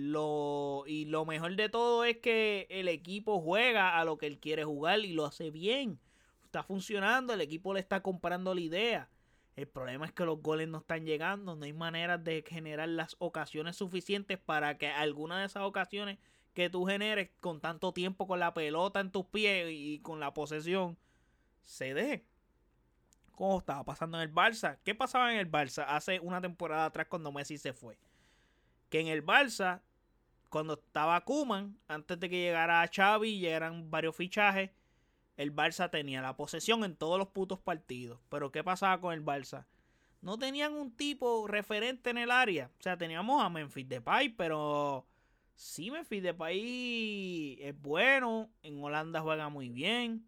lo, y lo mejor de todo es que el equipo juega a lo que él quiere jugar y lo hace bien, está funcionando, el equipo le está comprando la idea. El problema es que los goles no están llegando, no hay maneras de generar las ocasiones suficientes para que alguna de esas ocasiones que tú generes con tanto tiempo con la pelota en tus pies y con la posesión se dé. Como estaba pasando en el Barça. ¿Qué pasaba en el Barça hace una temporada atrás cuando Messi se fue? Que en el Barça, cuando estaba Koeman, antes de que llegara Xavi y llegaran varios fichajes, el Barça tenía la posesión en todos los putos partidos. Pero ¿qué pasaba con el Barça? No tenían un tipo referente en el área. O sea, teníamos a Memphis Depay, pero sí, Memphis Depay es bueno. En Holanda juega muy bien.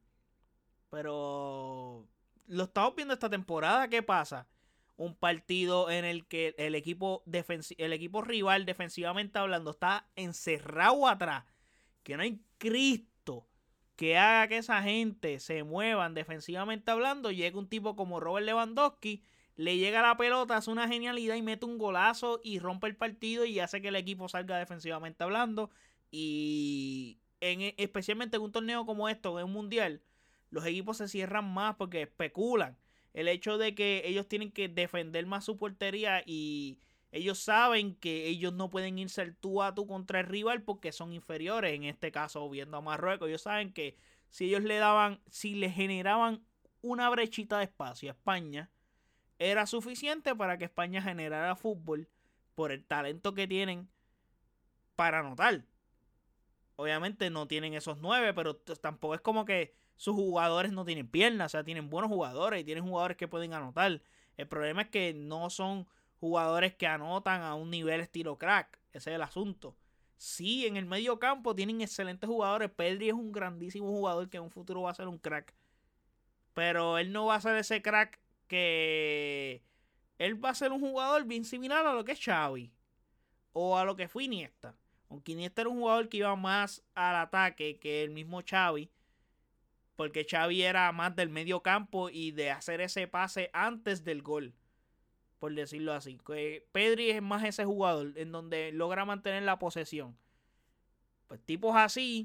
Pero lo estamos viendo esta temporada. ¿Qué pasa? Un partido en el que el equipo, defensi- el equipo rival, defensivamente hablando, está encerrado atrás. Que no hay Cristo que haga que esa gente se muevan defensivamente hablando. Llega un tipo como Robert Lewandowski, le llega la pelota, hace una genialidad y mete un golazo y rompe el partido y hace que el equipo salga defensivamente hablando. Y en, especialmente en un torneo como esto, en un mundial, los equipos se cierran más porque especulan. El hecho de que ellos tienen que defender más su portería y ellos saben que ellos no pueden irse al tú a tú contra el rival porque son inferiores. En este caso, viendo a Marruecos, ellos saben que si ellos le daban, si le generaban una brechita de espacio a España, era suficiente para que España generara fútbol por el talento que tienen para anotar. Obviamente no tienen esos nueve, pero tampoco es como que sus jugadores no tienen piernas. O sea, tienen buenos jugadores y tienen jugadores que pueden anotar. El problema es que no son jugadores que anotan a un nivel estilo crack. Ese es el asunto. Sí, en el medio campo tienen excelentes jugadores. Pedri es un grandísimo jugador que en un futuro va a ser un crack. Pero él no va a ser ese crack que... Él va a ser un jugador bien similar a lo que es Xavi. O a lo que fue Iniesta. Aunque Iniesta era un jugador que iba más al ataque que el mismo Xavi. Porque Xavi era más del medio campo y de hacer ese pase antes del gol. Por decirlo así. Pedri es más ese jugador en donde logra mantener la posesión. Pues tipos así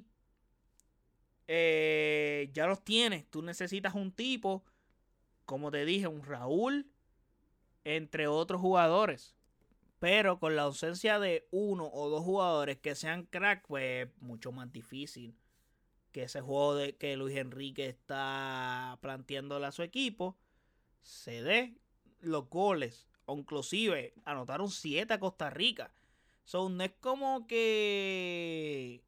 eh, ya los tienes. Tú necesitas un tipo, como te dije, un Raúl, entre otros jugadores. Pero con la ausencia de uno o dos jugadores que sean crack, pues mucho más difícil que ese juego de que Luis Enrique está planteándole a su equipo se dé los goles. O inclusive anotaron siete a Costa Rica. So, no es como que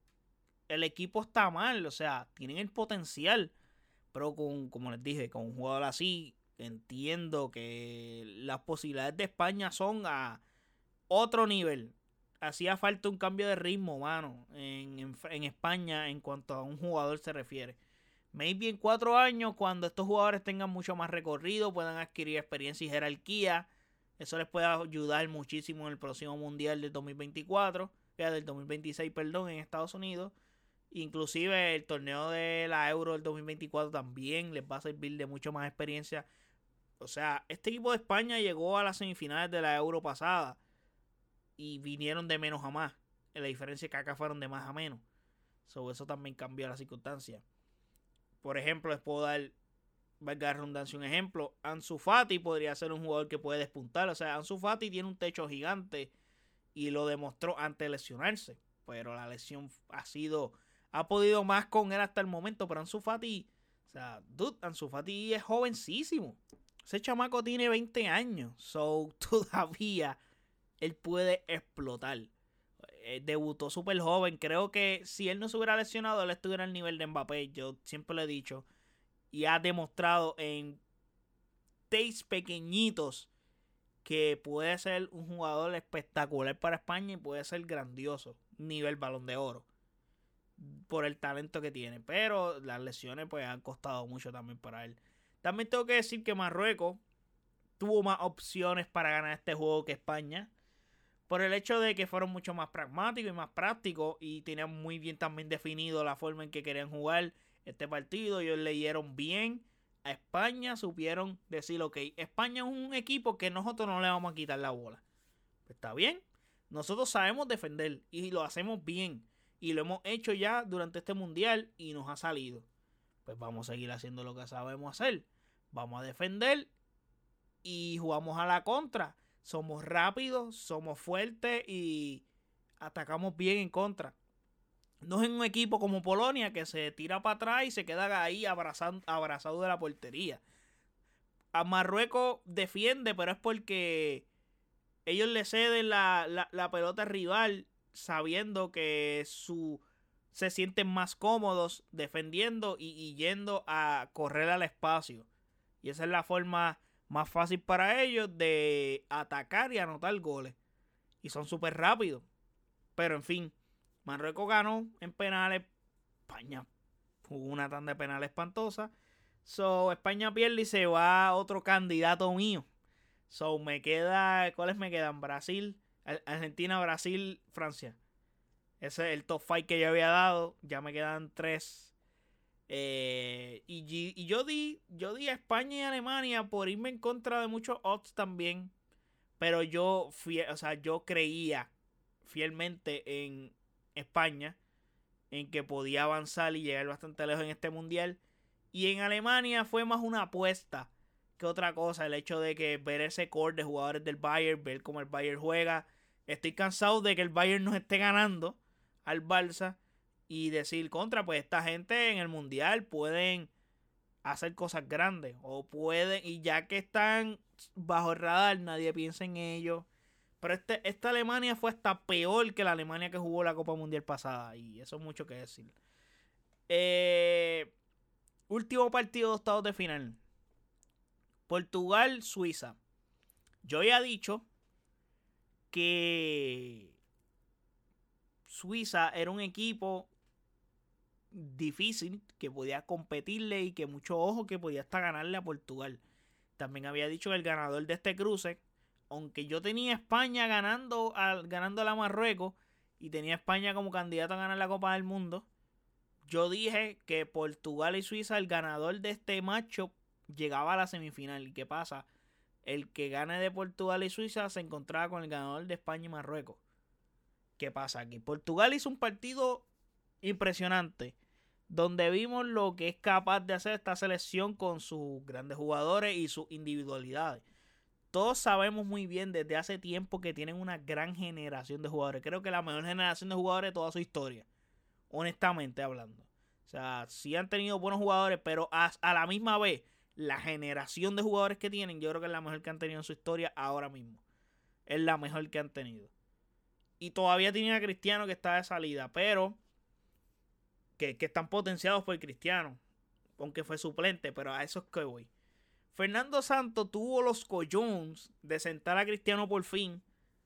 el equipo está mal. O sea, tienen el potencial. Pero con, como les dije, con un jugador así, entiendo que las posibilidades de España son a otro nivel. Hacía falta un cambio de ritmo, mano, en, en, en España en cuanto a un jugador se refiere. Maybe en cuatro años, cuando estos jugadores tengan mucho más recorrido, puedan adquirir experiencia y jerarquía. Eso les puede ayudar muchísimo en el próximo Mundial del dos mil veinticuatro, ya del dos mil veintiséis, perdón, en Estados Unidos. Inclusive el torneo de la Euro del dos mil veinticuatro también les va a servir de mucho más experiencia. O sea, este equipo de España llegó a las semifinales de la Euro pasada y vinieron de menos a más. La diferencia es que acá fueron de más a menos. So, eso también cambió la circunstancia. Por ejemplo, les puedo dar, valga la redundancia, un ejemplo. Ansu Fati podría ser un jugador que puede despuntar. O sea, Ansu Fati tiene un techo gigante y lo demostró antes de lesionarse. Pero la lesión ha sido... Ha podido más con él hasta el momento. Pero Ansu Fati... O sea, dude, Ansu Fati es jovencísimo. Ese chamaco tiene veinte años. So, todavía él puede explotar. Eh, debutó súper joven. Creo que si él no se hubiera lesionado, él estuviera al nivel de Mbappé. Yo siempre lo he dicho. Y ha demostrado en takes pequeñitos que puede ser un jugador espectacular para España y puede ser grandioso. Nivel Balón de Oro. Por el talento que tiene. Pero las lesiones pues han costado mucho también para él. También tengo que decir que Marruecos tuvo más opciones para ganar este juego que España. Por el hecho de que fueron mucho más pragmáticos y más prácticos. Y tenían muy bien también definido la forma en que querían jugar este partido. Ellos leyeron bien a España. Supieron decir, ok, España es un equipo que nosotros no le vamos a quitar la bola. Pues está bien. Nosotros sabemos defender y lo hacemos bien. Y lo hemos hecho ya durante este mundial y nos ha salido. Pues vamos a seguir haciendo lo que sabemos hacer. Vamos a defender y jugamos a la contra. Somos rápidos, somos fuertes y atacamos bien en contra. No es un equipo como Polonia que se tira para atrás y se queda ahí abrazando, abrazado de la portería. A Marruecos defiende, pero es porque ellos le ceden la, la, la pelota al rival sabiendo que su, se sienten más cómodos defendiendo y, y yendo a correr al espacio. Y esa es la forma más fácil para ellos de atacar y anotar goles. Y son súper rápidos. Pero en fin, Marruecos ganó en penales. España jugó una tanda de penales espantosa. So, España pierde y se va a otro candidato mío. So, me queda... ¿Cuáles me quedan? Brasil, Argentina, Brasil, Francia. Ese es el top cinco que yo había dado. Ya me quedan tres. Eh, y, y yo di yo di a España y Alemania por irme en contra de muchos odds también. Pero yo, fiel, o sea, yo creía fielmente en, España, en que podía avanzar y llegar bastante lejos en este mundial. Y en Alemania fue más una apuesta que otra cosa. El hecho de que ver ese core de jugadores del Bayern, ver cómo el Bayern juega. Estoy cansado de que el Bayern nos esté ganando al Barça. Y decir contra, pues esta gente en el mundial pueden hacer cosas grandes. O pueden, y ya que están bajo el radar, nadie piensa en ellos. Pero este, esta Alemania fue hasta peor que la Alemania que jugó la Copa Mundial pasada. Y eso es mucho que decir. Eh, último partido de octavos de final. Portugal-Suiza. Yo ya he dicho que Suiza era un equipo difícil, que podía competirle y que mucho ojo que podía hasta ganarle a Portugal. También había dicho que el ganador de este cruce, aunque yo tenía a España ganando a, ganando a la Marruecos y tenía a España como candidato a ganar la Copa del Mundo, yo dije que Portugal y Suiza, el ganador de este matchup, llegaba a la semifinal. ¿Y qué pasa? El que gane de Portugal y Suiza se encontraba con el ganador de España y Marruecos. ¿Qué pasa aquí? Portugal hizo un partido impresionante, donde vimos lo que es capaz de hacer esta selección con sus grandes jugadores y sus individualidades. Todos sabemos muy bien desde hace tiempo que tienen una gran generación de jugadores. Creo que la mejor generación de jugadores de toda su historia, honestamente hablando. O sea, sí han tenido buenos jugadores, pero a, a la misma vez, la generación de jugadores que tienen, yo creo que es la mejor que han tenido en su historia ahora mismo. Es la mejor que han tenido. Y todavía tienen a Cristiano, que está de salida, pero que, que están potenciados por Cristiano, aunque fue suplente, pero a eso es que voy. Fernando Santos tuvo los collones de sentar a Cristiano por fin,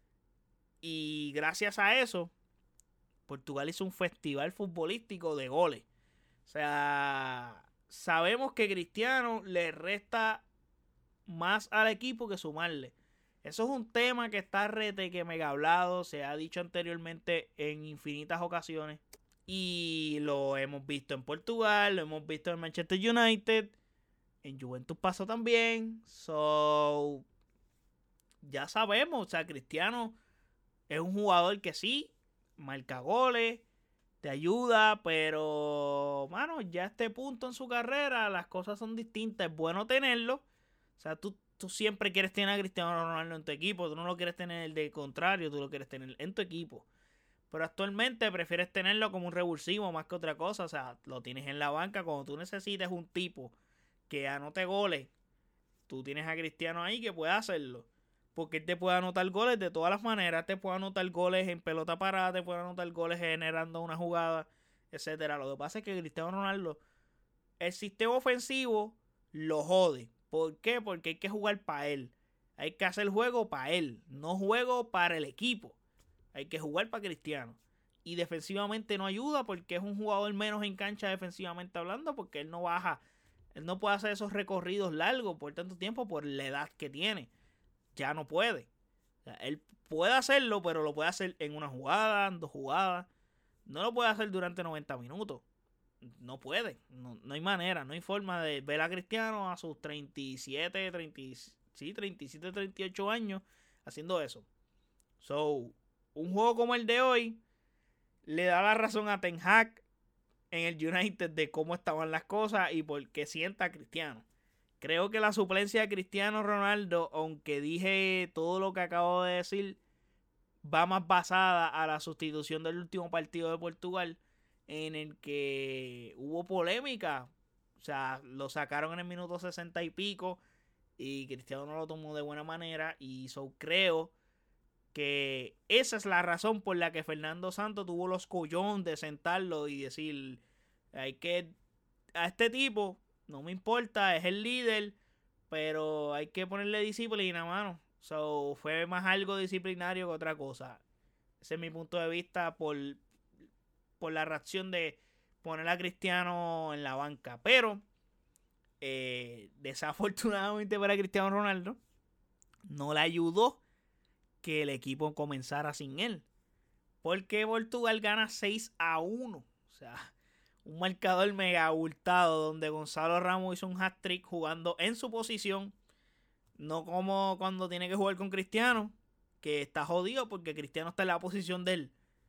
y gracias a eso Portugal hizo un festival futbolístico de goles. O sea, sabemos que Cristiano le resta más al equipo que sumarle. Eso es un tema que está rete que mega hablado, se ha dicho anteriormente en infinitas ocasiones. Y lo hemos visto en Portugal, lo hemos visto en Manchester United, en Juventus pasó también. So, ya sabemos, o sea, Cristiano es un jugador que sí, marca goles, te ayuda, pero, mano, ya a este punto en su carrera las cosas son distintas. Es bueno tenerlo. O sea, tú, tú siempre quieres tener a Cristiano Ronaldo en tu equipo. Tú no lo quieres tener el de contrario, tú lo quieres tener en tu equipo. Pero actualmente prefieres tenerlo como un revulsivo más que otra cosa. O sea, lo tienes en la banca cuando tú necesites un tipo que anote goles. Tú tienes a Cristiano ahí que puede hacerlo. Porque él te puede anotar goles de todas las maneras. Te puede anotar goles en pelota parada. Te puede anotar goles generando una jugada, etcétera. Lo que pasa es que Cristiano Ronaldo, el sistema ofensivo lo jode. ¿Por qué? Porque hay que jugar para él. Hay que hacer juego para él. No juego para el equipo. Hay que jugar para Cristiano. Y defensivamente no ayuda porque es un jugador menos en cancha defensivamente hablando. Porque él no baja. Él no puede hacer esos recorridos largos por tanto tiempo por la edad que tiene. Ya no puede. O sea, él puede hacerlo, pero lo puede hacer en una jugada, en dos jugadas. No lo puede hacer durante noventa minutos. No puede. No, no hay manera, no hay forma de ver a Cristiano a sus treinta y siete, treinta, sí, treinta y siete, treinta y ocho años haciendo eso. So, un juego como el de hoy le da la razón a Ten Hag en el United de cómo estaban las cosas y por qué sienta a Cristiano. Creo que la suplencia de Cristiano Ronaldo, aunque dije todo lo que acabo de decir, va más basada a la sustitución del último partido de Portugal, en el que hubo polémica. O sea, lo sacaron en el minuto sesenta y pico y Cristiano no lo tomó de buena manera. Y so, creo que esa es la razón por la que Fernando Santos tuvo los collones de sentarlo y decir, hay que, a este tipo no me importa, es el líder, pero hay que ponerle disciplina, mano. So, fue más algo disciplinario que otra cosa. Ese es mi punto de vista por, por la reacción de poner a Cristiano en la banca. Pero, eh, desafortunadamente para Cristiano Ronaldo, no le ayudó que el equipo comenzara sin él. Porque Portugal gana seis a uno. O sea, un marcador mega abultado donde Gonzalo Ramos hizo un hat-trick jugando en su posición. No como cuando tiene que jugar con Cristiano, que está jodido porque Cristiano está en la posición de él.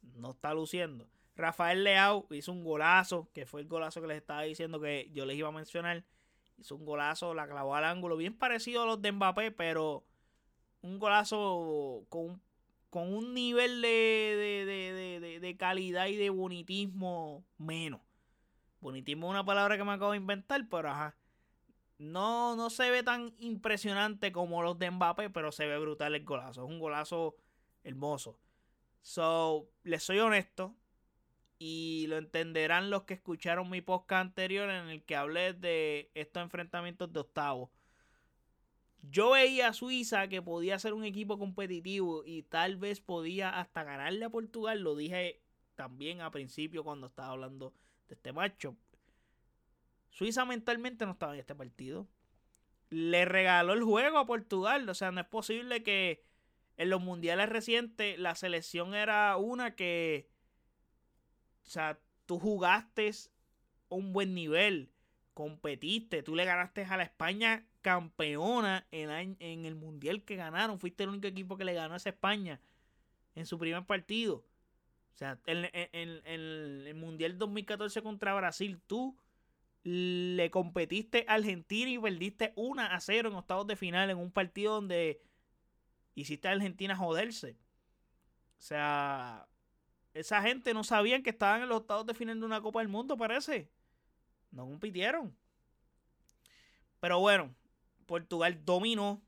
no está luciendo. Rafael Leao hizo un golazo, que fue el golazo que les estaba diciendo que yo les iba a mencionar. Hizo un golazo, la clavó al ángulo, bien parecido a los de Mbappé, pero un golazo con un, con un nivel de, de, de, de, de, de calidad y de bonitismo menos. Bonitismo es una palabra que me acabo de inventar, pero ajá. No, no se ve tan impresionante como los de Mbappé, pero se ve brutal el golazo. Es un golazo hermoso. So, les soy honesto. Y lo entenderán los que escucharon mi podcast anterior en el que hablé de estos enfrentamientos de octavos. Yo veía a Suiza que podía ser un equipo competitivo y tal vez podía hasta ganarle a Portugal. Lo dije también a principio cuando estaba hablando de este matchup. Suiza mentalmente no estaba en este partido. Le regaló el juego a Portugal. O sea, no es posible que en los mundiales recientes la selección era una que... O sea, tú jugaste un buen nivel, competiste, tú le ganaste a la España campeona en, en el mundial que ganaron. Fuiste el único equipo que le ganó a esa España en su primer partido. O sea, en, en, en, en el mundial dos mil catorce contra Brasil, tú le competiste a Argentina y perdiste uno a cero en octavos de final en un partido donde hiciste a Argentina joderse. O sea, esa gente no sabían que estaban en los octavos de final de una Copa del Mundo, parece. No compitieron. Pero bueno, Portugal dominó.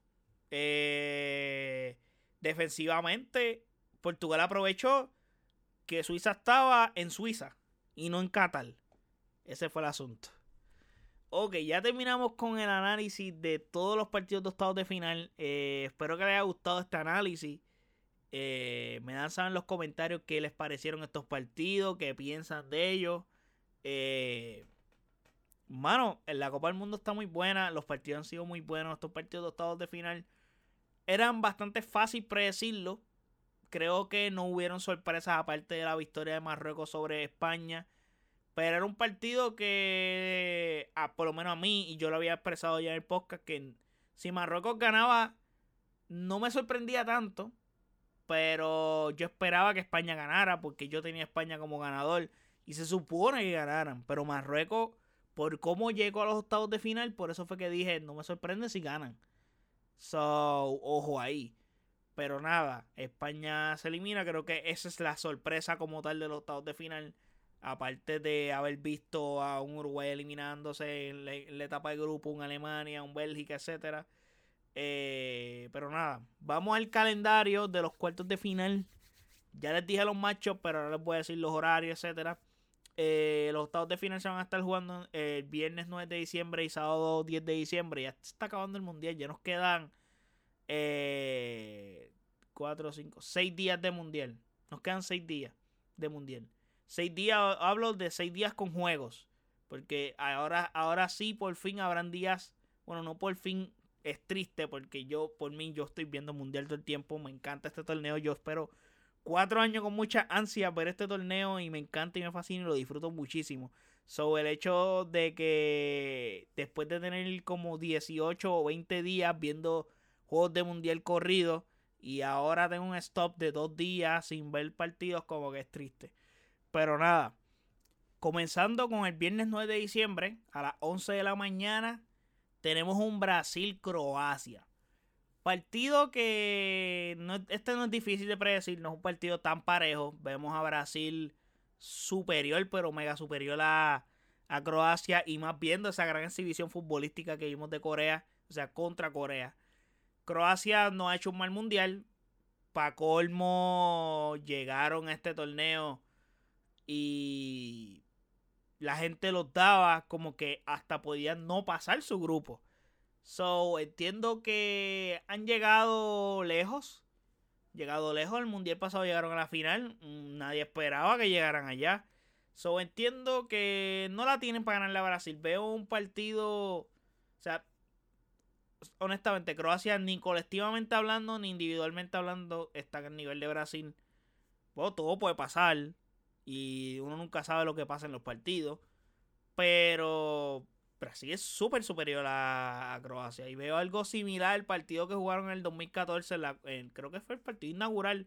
Eh, defensivamente, Portugal aprovechó que Suiza estaba en Suiza y no en Qatar. Ese fue el asunto. Ok, ya terminamos con el análisis de todos los partidos de octavos de final. Eh, espero que les haya gustado este análisis. Eh, me dan saber en los comentarios qué les parecieron estos partidos, qué piensan de ellos. Eh, mano, en la Copa del Mundo está muy buena, los partidos han sido muy buenos, estos partidos de octavos de final eran bastante fácil predecirlo. Creo que no hubieron sorpresas aparte de la victoria de Marruecos sobre España, pero era un partido que, ah, por lo menos a mí, y yo lo había expresado ya en el podcast, que si Marruecos ganaba no me sorprendía tanto. Pero yo esperaba que España ganara porque yo tenía a España como ganador y se supone que ganaran. Pero Marruecos, por cómo llegó a los octavos de final, por eso fue que dije, no me sorprende si ganan. So, ojo ahí. Pero nada, España se elimina. Creo que esa es la sorpresa como tal de los octavos de final. Aparte de haber visto a un Uruguay eliminándose en la, en la etapa de grupo, un Alemania, un Bélgica, etcétera. Eh, pero nada, vamos al calendario de los cuartos de final. Ya les dije los matchups, pero ahora les voy a decir los horarios, etcétera. Eh, los octavos de final se van a estar jugando el viernes nueve de diciembre y sábado diez de diciembre. Ya se está acabando el mundial, ya nos quedan eh, cuatro, cinco, seis días de mundial. Nos quedan seis días de mundial. seis días, hablo de seis días con juegos. Porque ahora, ahora sí, por fin habrán días, bueno, no por fin. Es triste porque yo, por mí, yo estoy viendo mundial todo el tiempo. Me encanta este torneo. Yo espero cuatro años con mucha ansia ver este torneo y me encanta y me fascina y lo disfruto muchísimo. So, el hecho de que después de tener como dieciocho o veinte días viendo juegos de mundial corrido y ahora tengo un stop de dos días sin ver partidos, como que es triste. Pero nada, comenzando con el viernes nueve de diciembre a las once de la mañana. Tenemos un Brasil-Croacia. Partido que no, este no es difícil de predecir, no es un partido tan parejo. Vemos a Brasil superior, pero mega superior a, a Croacia. Y más viendo esa gran exhibición futbolística que vimos de Corea, o sea, contra Corea. Croacia no ha hecho un mal mundial. Pa' colmo, llegaron a este torneo y la gente los daba como que hasta podían no pasar su grupo. So, entiendo que han llegado lejos. Llegado lejos. El mundial pasado llegaron a la final. Nadie esperaba que llegaran allá. So, entiendo que no la tienen para ganarle a Brasil. Veo un partido... O sea, honestamente, Croacia ni colectivamente hablando, ni individualmente hablando, está al nivel de Brasil. Bueno, todo puede pasar. Y uno nunca sabe lo que pasa en los partidos. Pero Brasil es súper superior a, a Croacia. Y veo algo similar al partido que jugaron en el dos mil catorce. La, en, creo que fue el partido inaugural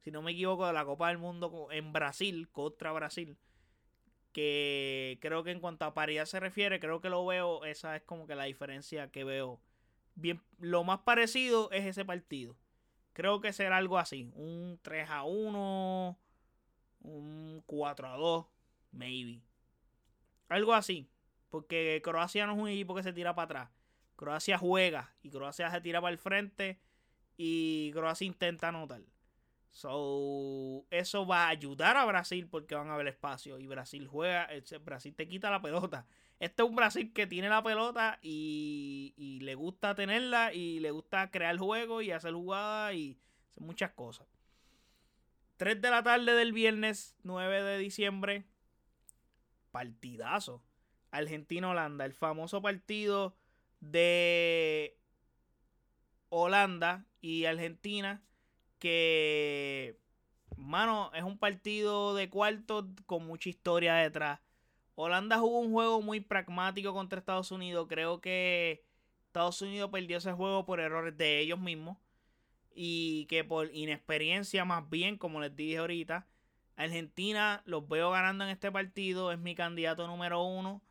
si no me equivoco, de la Copa del Mundo en Brasil, contra Brasil. Que creo que en cuanto a paridad se refiere, creo que lo veo, esa es como que la diferencia que veo. Bien, lo más parecido es ese partido. Creo que será algo así, un tres a uno, un cuatro a dos, maybe. Algo así, porque Croacia no es un equipo que se tira para atrás. Croacia juega y Croacia se tira para el frente y Croacia intenta anotar. So, eso va a ayudar a Brasil porque van a ver espacio y Brasil juega, Brasil te quita la pelota. Este es un Brasil que tiene la pelota y, y le gusta tenerla y le gusta crear juego y hacer jugadas y hacer muchas cosas. tres de la tarde del viernes nueve de diciembre, partidazo. Argentina-Holanda, el famoso partido de Holanda y Argentina, que, mano, es un partido de cuartos con mucha historia detrás. Holanda jugó un juego muy pragmático contra Estados Unidos. Creo que Estados Unidos perdió ese juego por errores de ellos mismos y que por inexperiencia más bien, como les dije ahorita. Argentina los veo ganando en este partido, es mi candidato número uno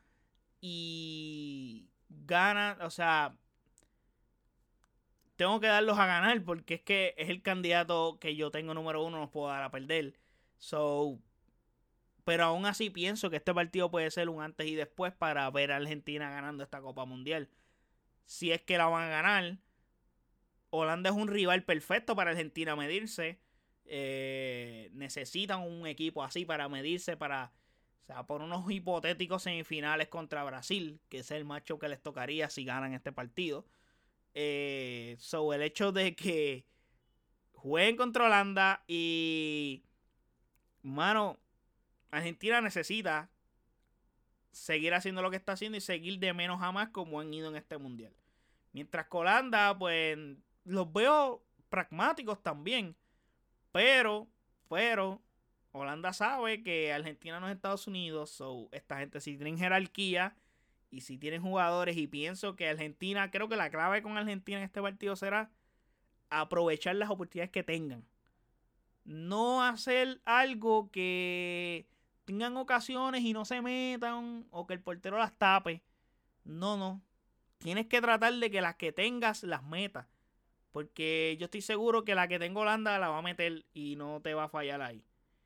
y gana, o sea, tengo que darlos a ganar porque es que es el candidato que yo tengo número uno, no los puedo dar a perder. So, pero aún así pienso que este partido puede ser un antes y después para ver a Argentina ganando esta Copa Mundial. Si es que la van a ganar, Holanda es un rival perfecto para Argentina medirse. Eh, necesitan un equipo así para medirse, para, o sea, por unos hipotéticos semifinales contra Brasil, que es el macho que les tocaría si ganan este partido. Eh, so, el hecho de que jueguen contra Holanda y, mano, Argentina necesita seguir haciendo lo que está haciendo y seguir de menos a más como han ido en este mundial. Mientras que Holanda, pues, los veo pragmáticos también. Pero, pero, Holanda sabe que Argentina no es Estados Unidos. So, esta gente sí tienen jerarquía y sí tienen jugadores. Y pienso que Argentina, creo que la clave con Argentina en este partido será aprovechar las oportunidades que tengan. No hacer algo que tengan ocasiones y no se metan o que el portero las tape. No, no. Tienes que tratar de que las que tengas las metas. Porque yo estoy seguro que la que tengo Holanda la va a meter y no te va a fallar ahí.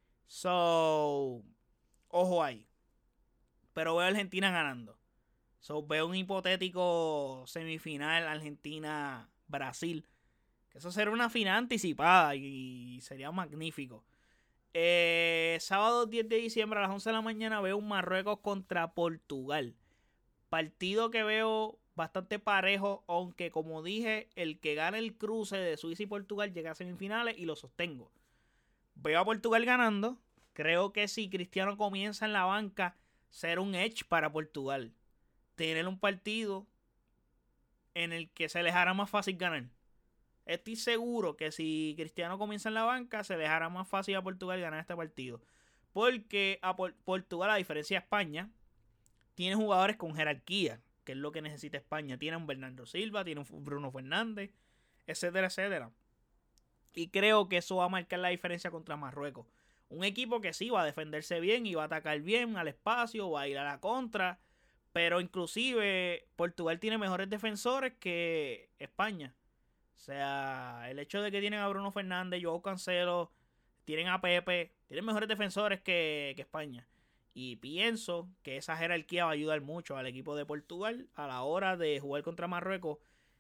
So, ojo ahí. Pero veo a Argentina ganando. So, veo un hipotético semifinal Argentina-Brasil. Que eso será una final anticipada y sería magnífico. Eh, sábado diez de diciembre a las once de la mañana veo un Marruecos contra Portugal. Partido que veo bastante parejo, aunque como dije, el que gane el cruce de Suiza y Portugal llega a semifinales y lo sostengo. Veo a Portugal ganando. Creo que si Cristiano comienza en la banca, será un edge para Portugal. Tener un partido en el que se les hará más fácil ganar. Estoy seguro que si Cristiano comienza en la banca, se les hará más fácil a Portugal ganar este partido. Porque a Por- Portugal, a diferencia de España, tiene jugadores con jerarquía, que es lo que necesita España. Tiene un Bernardo Silva, tiene un Bruno Fernández, etcétera, etcétera. Y creo que eso va a marcar la diferencia contra Marruecos. Un equipo que sí va a defenderse bien y va a atacar bien al espacio, va a ir a la contra. Pero inclusive Portugal tiene mejores defensores que España. O sea, el hecho de que tienen a Bruno Fernández, Joao Cancelo, tienen a Pepe, tienen mejores defensores que, que España. Y pienso que esa jerarquía va a ayudar mucho al equipo de Portugal a la hora de jugar contra Marruecos.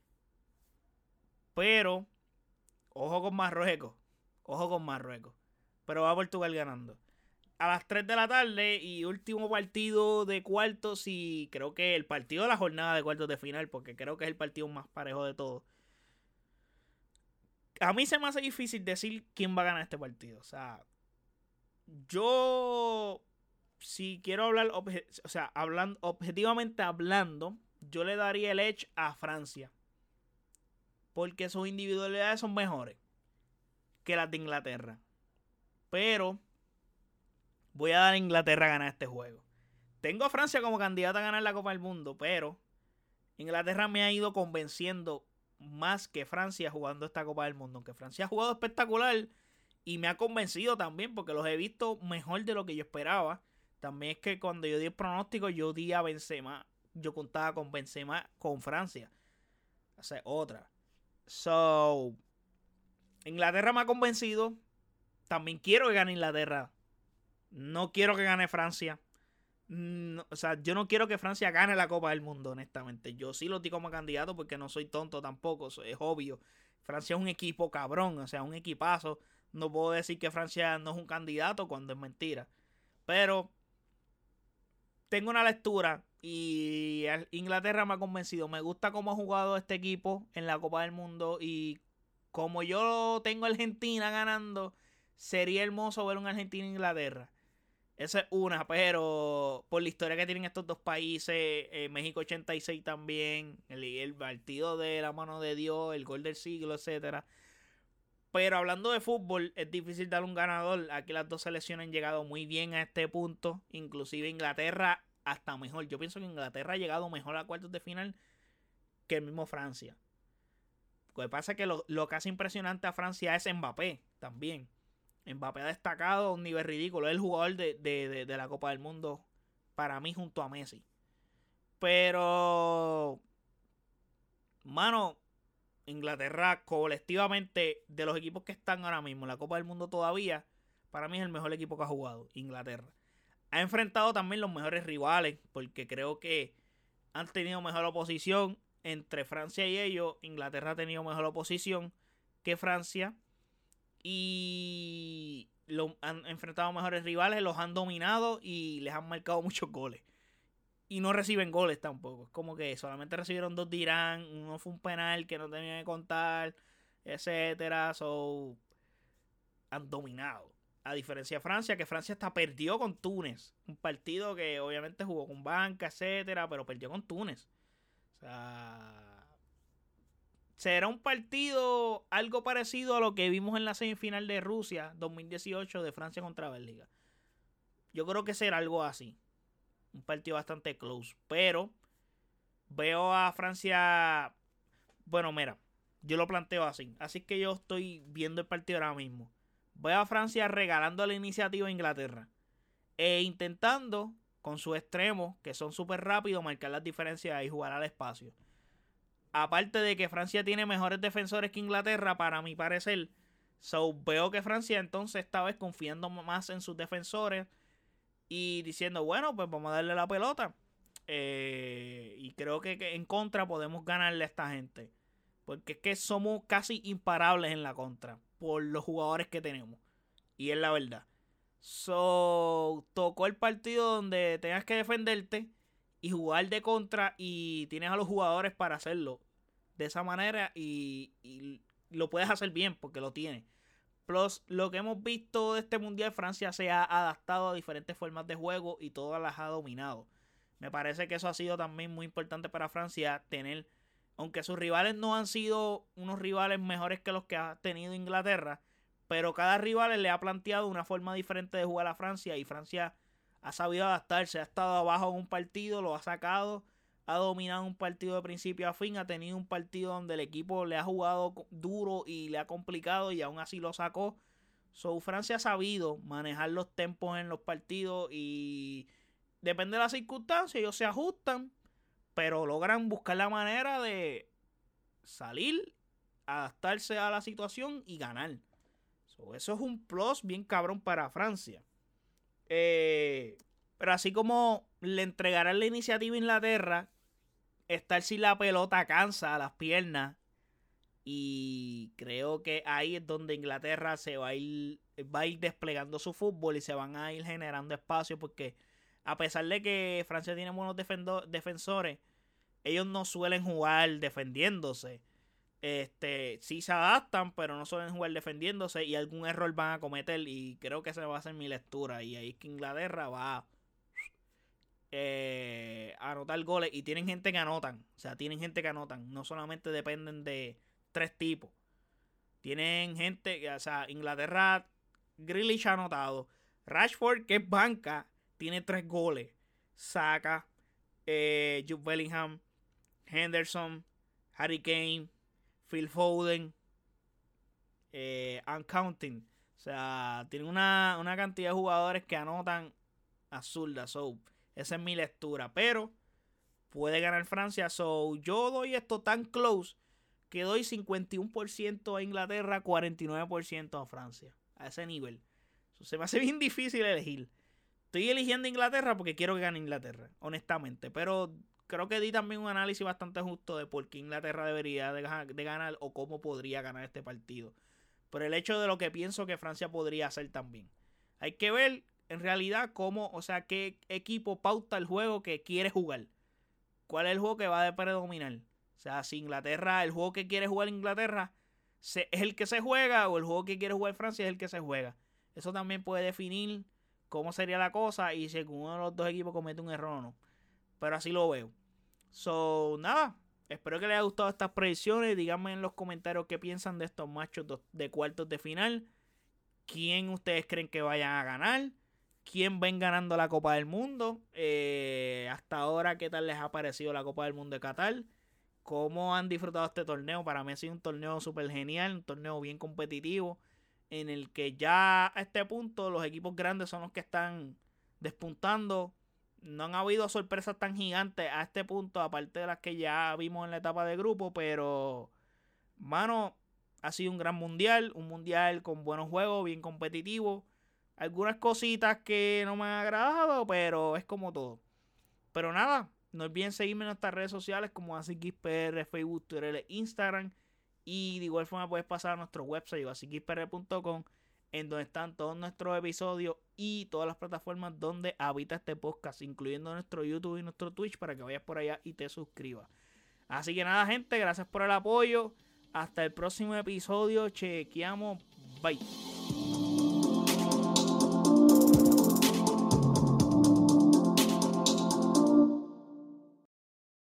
Pero, ojo con Marruecos. Ojo con Marruecos. Pero va Portugal ganando. A las tres de la tarde y último partido de cuartos y creo que el partido de la jornada de cuartos de final, porque creo que es el partido más parejo de todos. A mí se me hace difícil decir quién va a ganar este partido. O sea, yo, si quiero hablar, obje- o sea, hablando, objetivamente hablando, yo le daría el edge a Francia. Porque sus individualidades son mejores que las de Inglaterra. Pero voy a dar a Inglaterra a ganar este juego. Tengo a Francia como candidata a ganar la Copa del Mundo, pero Inglaterra me ha ido convenciendo más que Francia jugando esta Copa del Mundo. Aunque Francia ha jugado espectacular Y me ha convencido también porque los he visto mejor de lo que yo esperaba. También es que cuando yo di el pronóstico, yo di a Benzema. Yo contaba con Benzema con Francia. O sea, otra. So, Inglaterra me ha convencido. También quiero que gane Inglaterra. No quiero que gane Francia. No, o sea, yo no quiero que Francia gane la Copa del Mundo, honestamente. Yo sí lo digo como candidato porque no soy tonto tampoco. Es obvio. Francia es un equipo cabrón. O sea, un equipazo. No puedo decir que Francia no es un candidato cuando es mentira. Pero tengo una lectura y Inglaterra me ha convencido. Me gusta cómo ha jugado este equipo en la Copa del Mundo y como yo tengo a Argentina ganando, sería hermoso ver un Argentina-Inglaterra. Esa es una, pero por la historia que tienen estos dos países, eh, México ochenta y seis también, el, el partido de la mano de Dios, el gol del siglo, etcétera. Pero hablando de fútbol, es difícil dar un ganador. Aquí las dos selecciones han llegado muy bien a este punto. Inclusive Inglaterra hasta mejor. Yo pienso que Inglaterra ha llegado mejor a cuartos de final que el mismo Francia. Lo que pasa es que lo, lo que hace impresionante a Francia es Mbappé también. Mbappé ha destacado a un nivel ridículo. Es el jugador de, de, de, de la Copa del Mundo para mí junto a Messi. Pero, mano, Inglaterra colectivamente de los equipos que están ahora mismo en la Copa del Mundo todavía, para mí es el mejor equipo que ha jugado Inglaterra. Ha enfrentado también los mejores rivales porque creo que han tenido mejor oposición entre Francia y ellos. Inglaterra ha tenido mejor oposición que Francia y lo, han enfrentado mejores rivales, los han dominado y les han marcado muchos goles. Y no reciben goles tampoco. Es como que solamente recibieron dos de Irán. Uno fue un penal que no tenían que contar. Etcétera. So, han dominado. A diferencia de Francia, que Francia hasta perdió con Túnez. Un partido que obviamente jugó con banca, etcétera. Pero perdió con Túnez. O sea, será un partido algo parecido a lo que vimos en la semifinal de Rusia dos mil dieciocho de Francia contra Bélgica. Yo creo que será algo así. Un partido bastante close. Pero veo a Francia. Bueno, mira, yo lo planteo así. Así que yo estoy viendo el partido ahora mismo. Veo a Francia regalando la iniciativa a Inglaterra. E intentando, con sus extremos, que son súper rápidos, marcar las diferencias y jugar al espacio. Aparte de que Francia tiene mejores defensores que Inglaterra, para mi parecer. So, veo que Francia entonces esta vez confiando más en sus defensores. Y diciendo, bueno, pues vamos a darle la pelota. Eh, y creo que, que en contra podemos ganarle a esta gente. Porque es que somos casi imparables en la contra. Por los jugadores que tenemos. Y es la verdad. So, tocó el partido donde tengas que defenderte y jugar de contra. Y tienes a los jugadores para hacerlo de esa manera. Y, y lo puedes hacer bien porque lo tienes. Plus, lo que hemos visto de este mundial, Francia se ha adaptado a diferentes formas de juego y todas las ha dominado. Me parece que eso ha sido también muy importante para Francia, tener, aunque sus rivales no han sido unos rivales mejores que los que ha tenido Inglaterra, pero cada rival le ha planteado una forma diferente de jugar a Francia y Francia ha sabido adaptarse, ha estado abajo en un partido, lo ha sacado, ha dominado un partido de principio a fin, ha tenido un partido donde el equipo le ha jugado duro y le ha complicado y aún así lo sacó. So, Francia ha sabido manejar los tempos en los partidos y depende de las circunstancias, ellos se ajustan, pero logran buscar la manera de salir, adaptarse a la situación y ganar. So, eso es un plus bien cabrón para Francia. Eh, pero así como le entregarán la iniciativa a Inglaterra, estar sin la pelota cansa a las piernas. Y creo que ahí es donde Inglaterra se va a ir, va a ir desplegando su fútbol y se van a ir generando espacio. Porque a pesar de que Francia tiene buenos defendo- defensores, ellos no suelen jugar defendiéndose. Este, sí se adaptan, pero no suelen jugar defendiéndose y algún error van a cometer. Y creo que esa va a ser mi lectura. Y ahí es que Inglaterra va a Eh, anotar goles y tienen gente que anotan, o sea, tienen gente que anotan, no solamente dependen de tres tipos, tienen gente, o sea, Inglaterra, Grealish ha anotado, Rashford, que es banca, tiene tres goles, Saka, eh, Jude Bellingham, Henderson, Harry Kane, Phil Foden, eh, I'm counting, sea, tiene una, una cantidad de jugadores que anotan absurda. So, esa es mi lectura. Pero puede ganar Francia. So, yo doy esto tan close que doy cincuenta y uno por ciento a Inglaterra, cuarenta y nueve por ciento a Francia. A ese nivel. So, se me hace bien difícil elegir. Estoy eligiendo Inglaterra porque quiero que gane Inglaterra, honestamente. Pero creo que di también un análisis bastante justo de por qué Inglaterra debería de, de ganar o cómo podría ganar este partido. Por el hecho de lo que pienso que Francia podría hacer también. Hay que ver en realidad cómo, o sea, qué equipo pauta el juego que quiere jugar. ¿Cuál es el juego que va a predominar? O sea, si Inglaterra, el juego que quiere jugar Inglaterra es el que se juega o el juego que quiere jugar Francia es el que se juega. Eso también puede definir cómo sería la cosa y si uno de los dos equipos comete un error o no. Pero así lo veo. So, nada. Espero que les haya gustado estas predicciones. Díganme en los comentarios qué piensan de estos matches de cuartos de final. ¿Quién ustedes creen que vayan a ganar? ¿Quién ven ganando la Copa del Mundo? Eh, hasta ahora, ¿qué tal les ha parecido la Copa del Mundo de Qatar? ¿Cómo han disfrutado este torneo? Para mí ha sido un torneo súper genial. Un torneo bien competitivo. En el que ya a este punto los equipos grandes son los que están despuntando. No han habido sorpresas tan gigantes a este punto, aparte de las que ya vimos en la etapa de grupo, pero, mano, ha sido un gran mundial, un mundial con buenos juegos, bien competitivo. Algunas cositas que no me han agradado, pero es como todo. Pero nada, no olviden seguirme en nuestras redes sociales como AsiKissPR, Facebook, Twitter e Instagram. Y de igual forma puedes pasar a nuestro website así kiss p r punto com, en donde están todos nuestros episodios y todas las plataformas donde habita este podcast, incluyendo nuestro YouTube y nuestro Twitch, para que vayas por allá y te suscribas. Así que nada, gente, gracias por el apoyo. Hasta el próximo episodio. Chequeamos. Bye.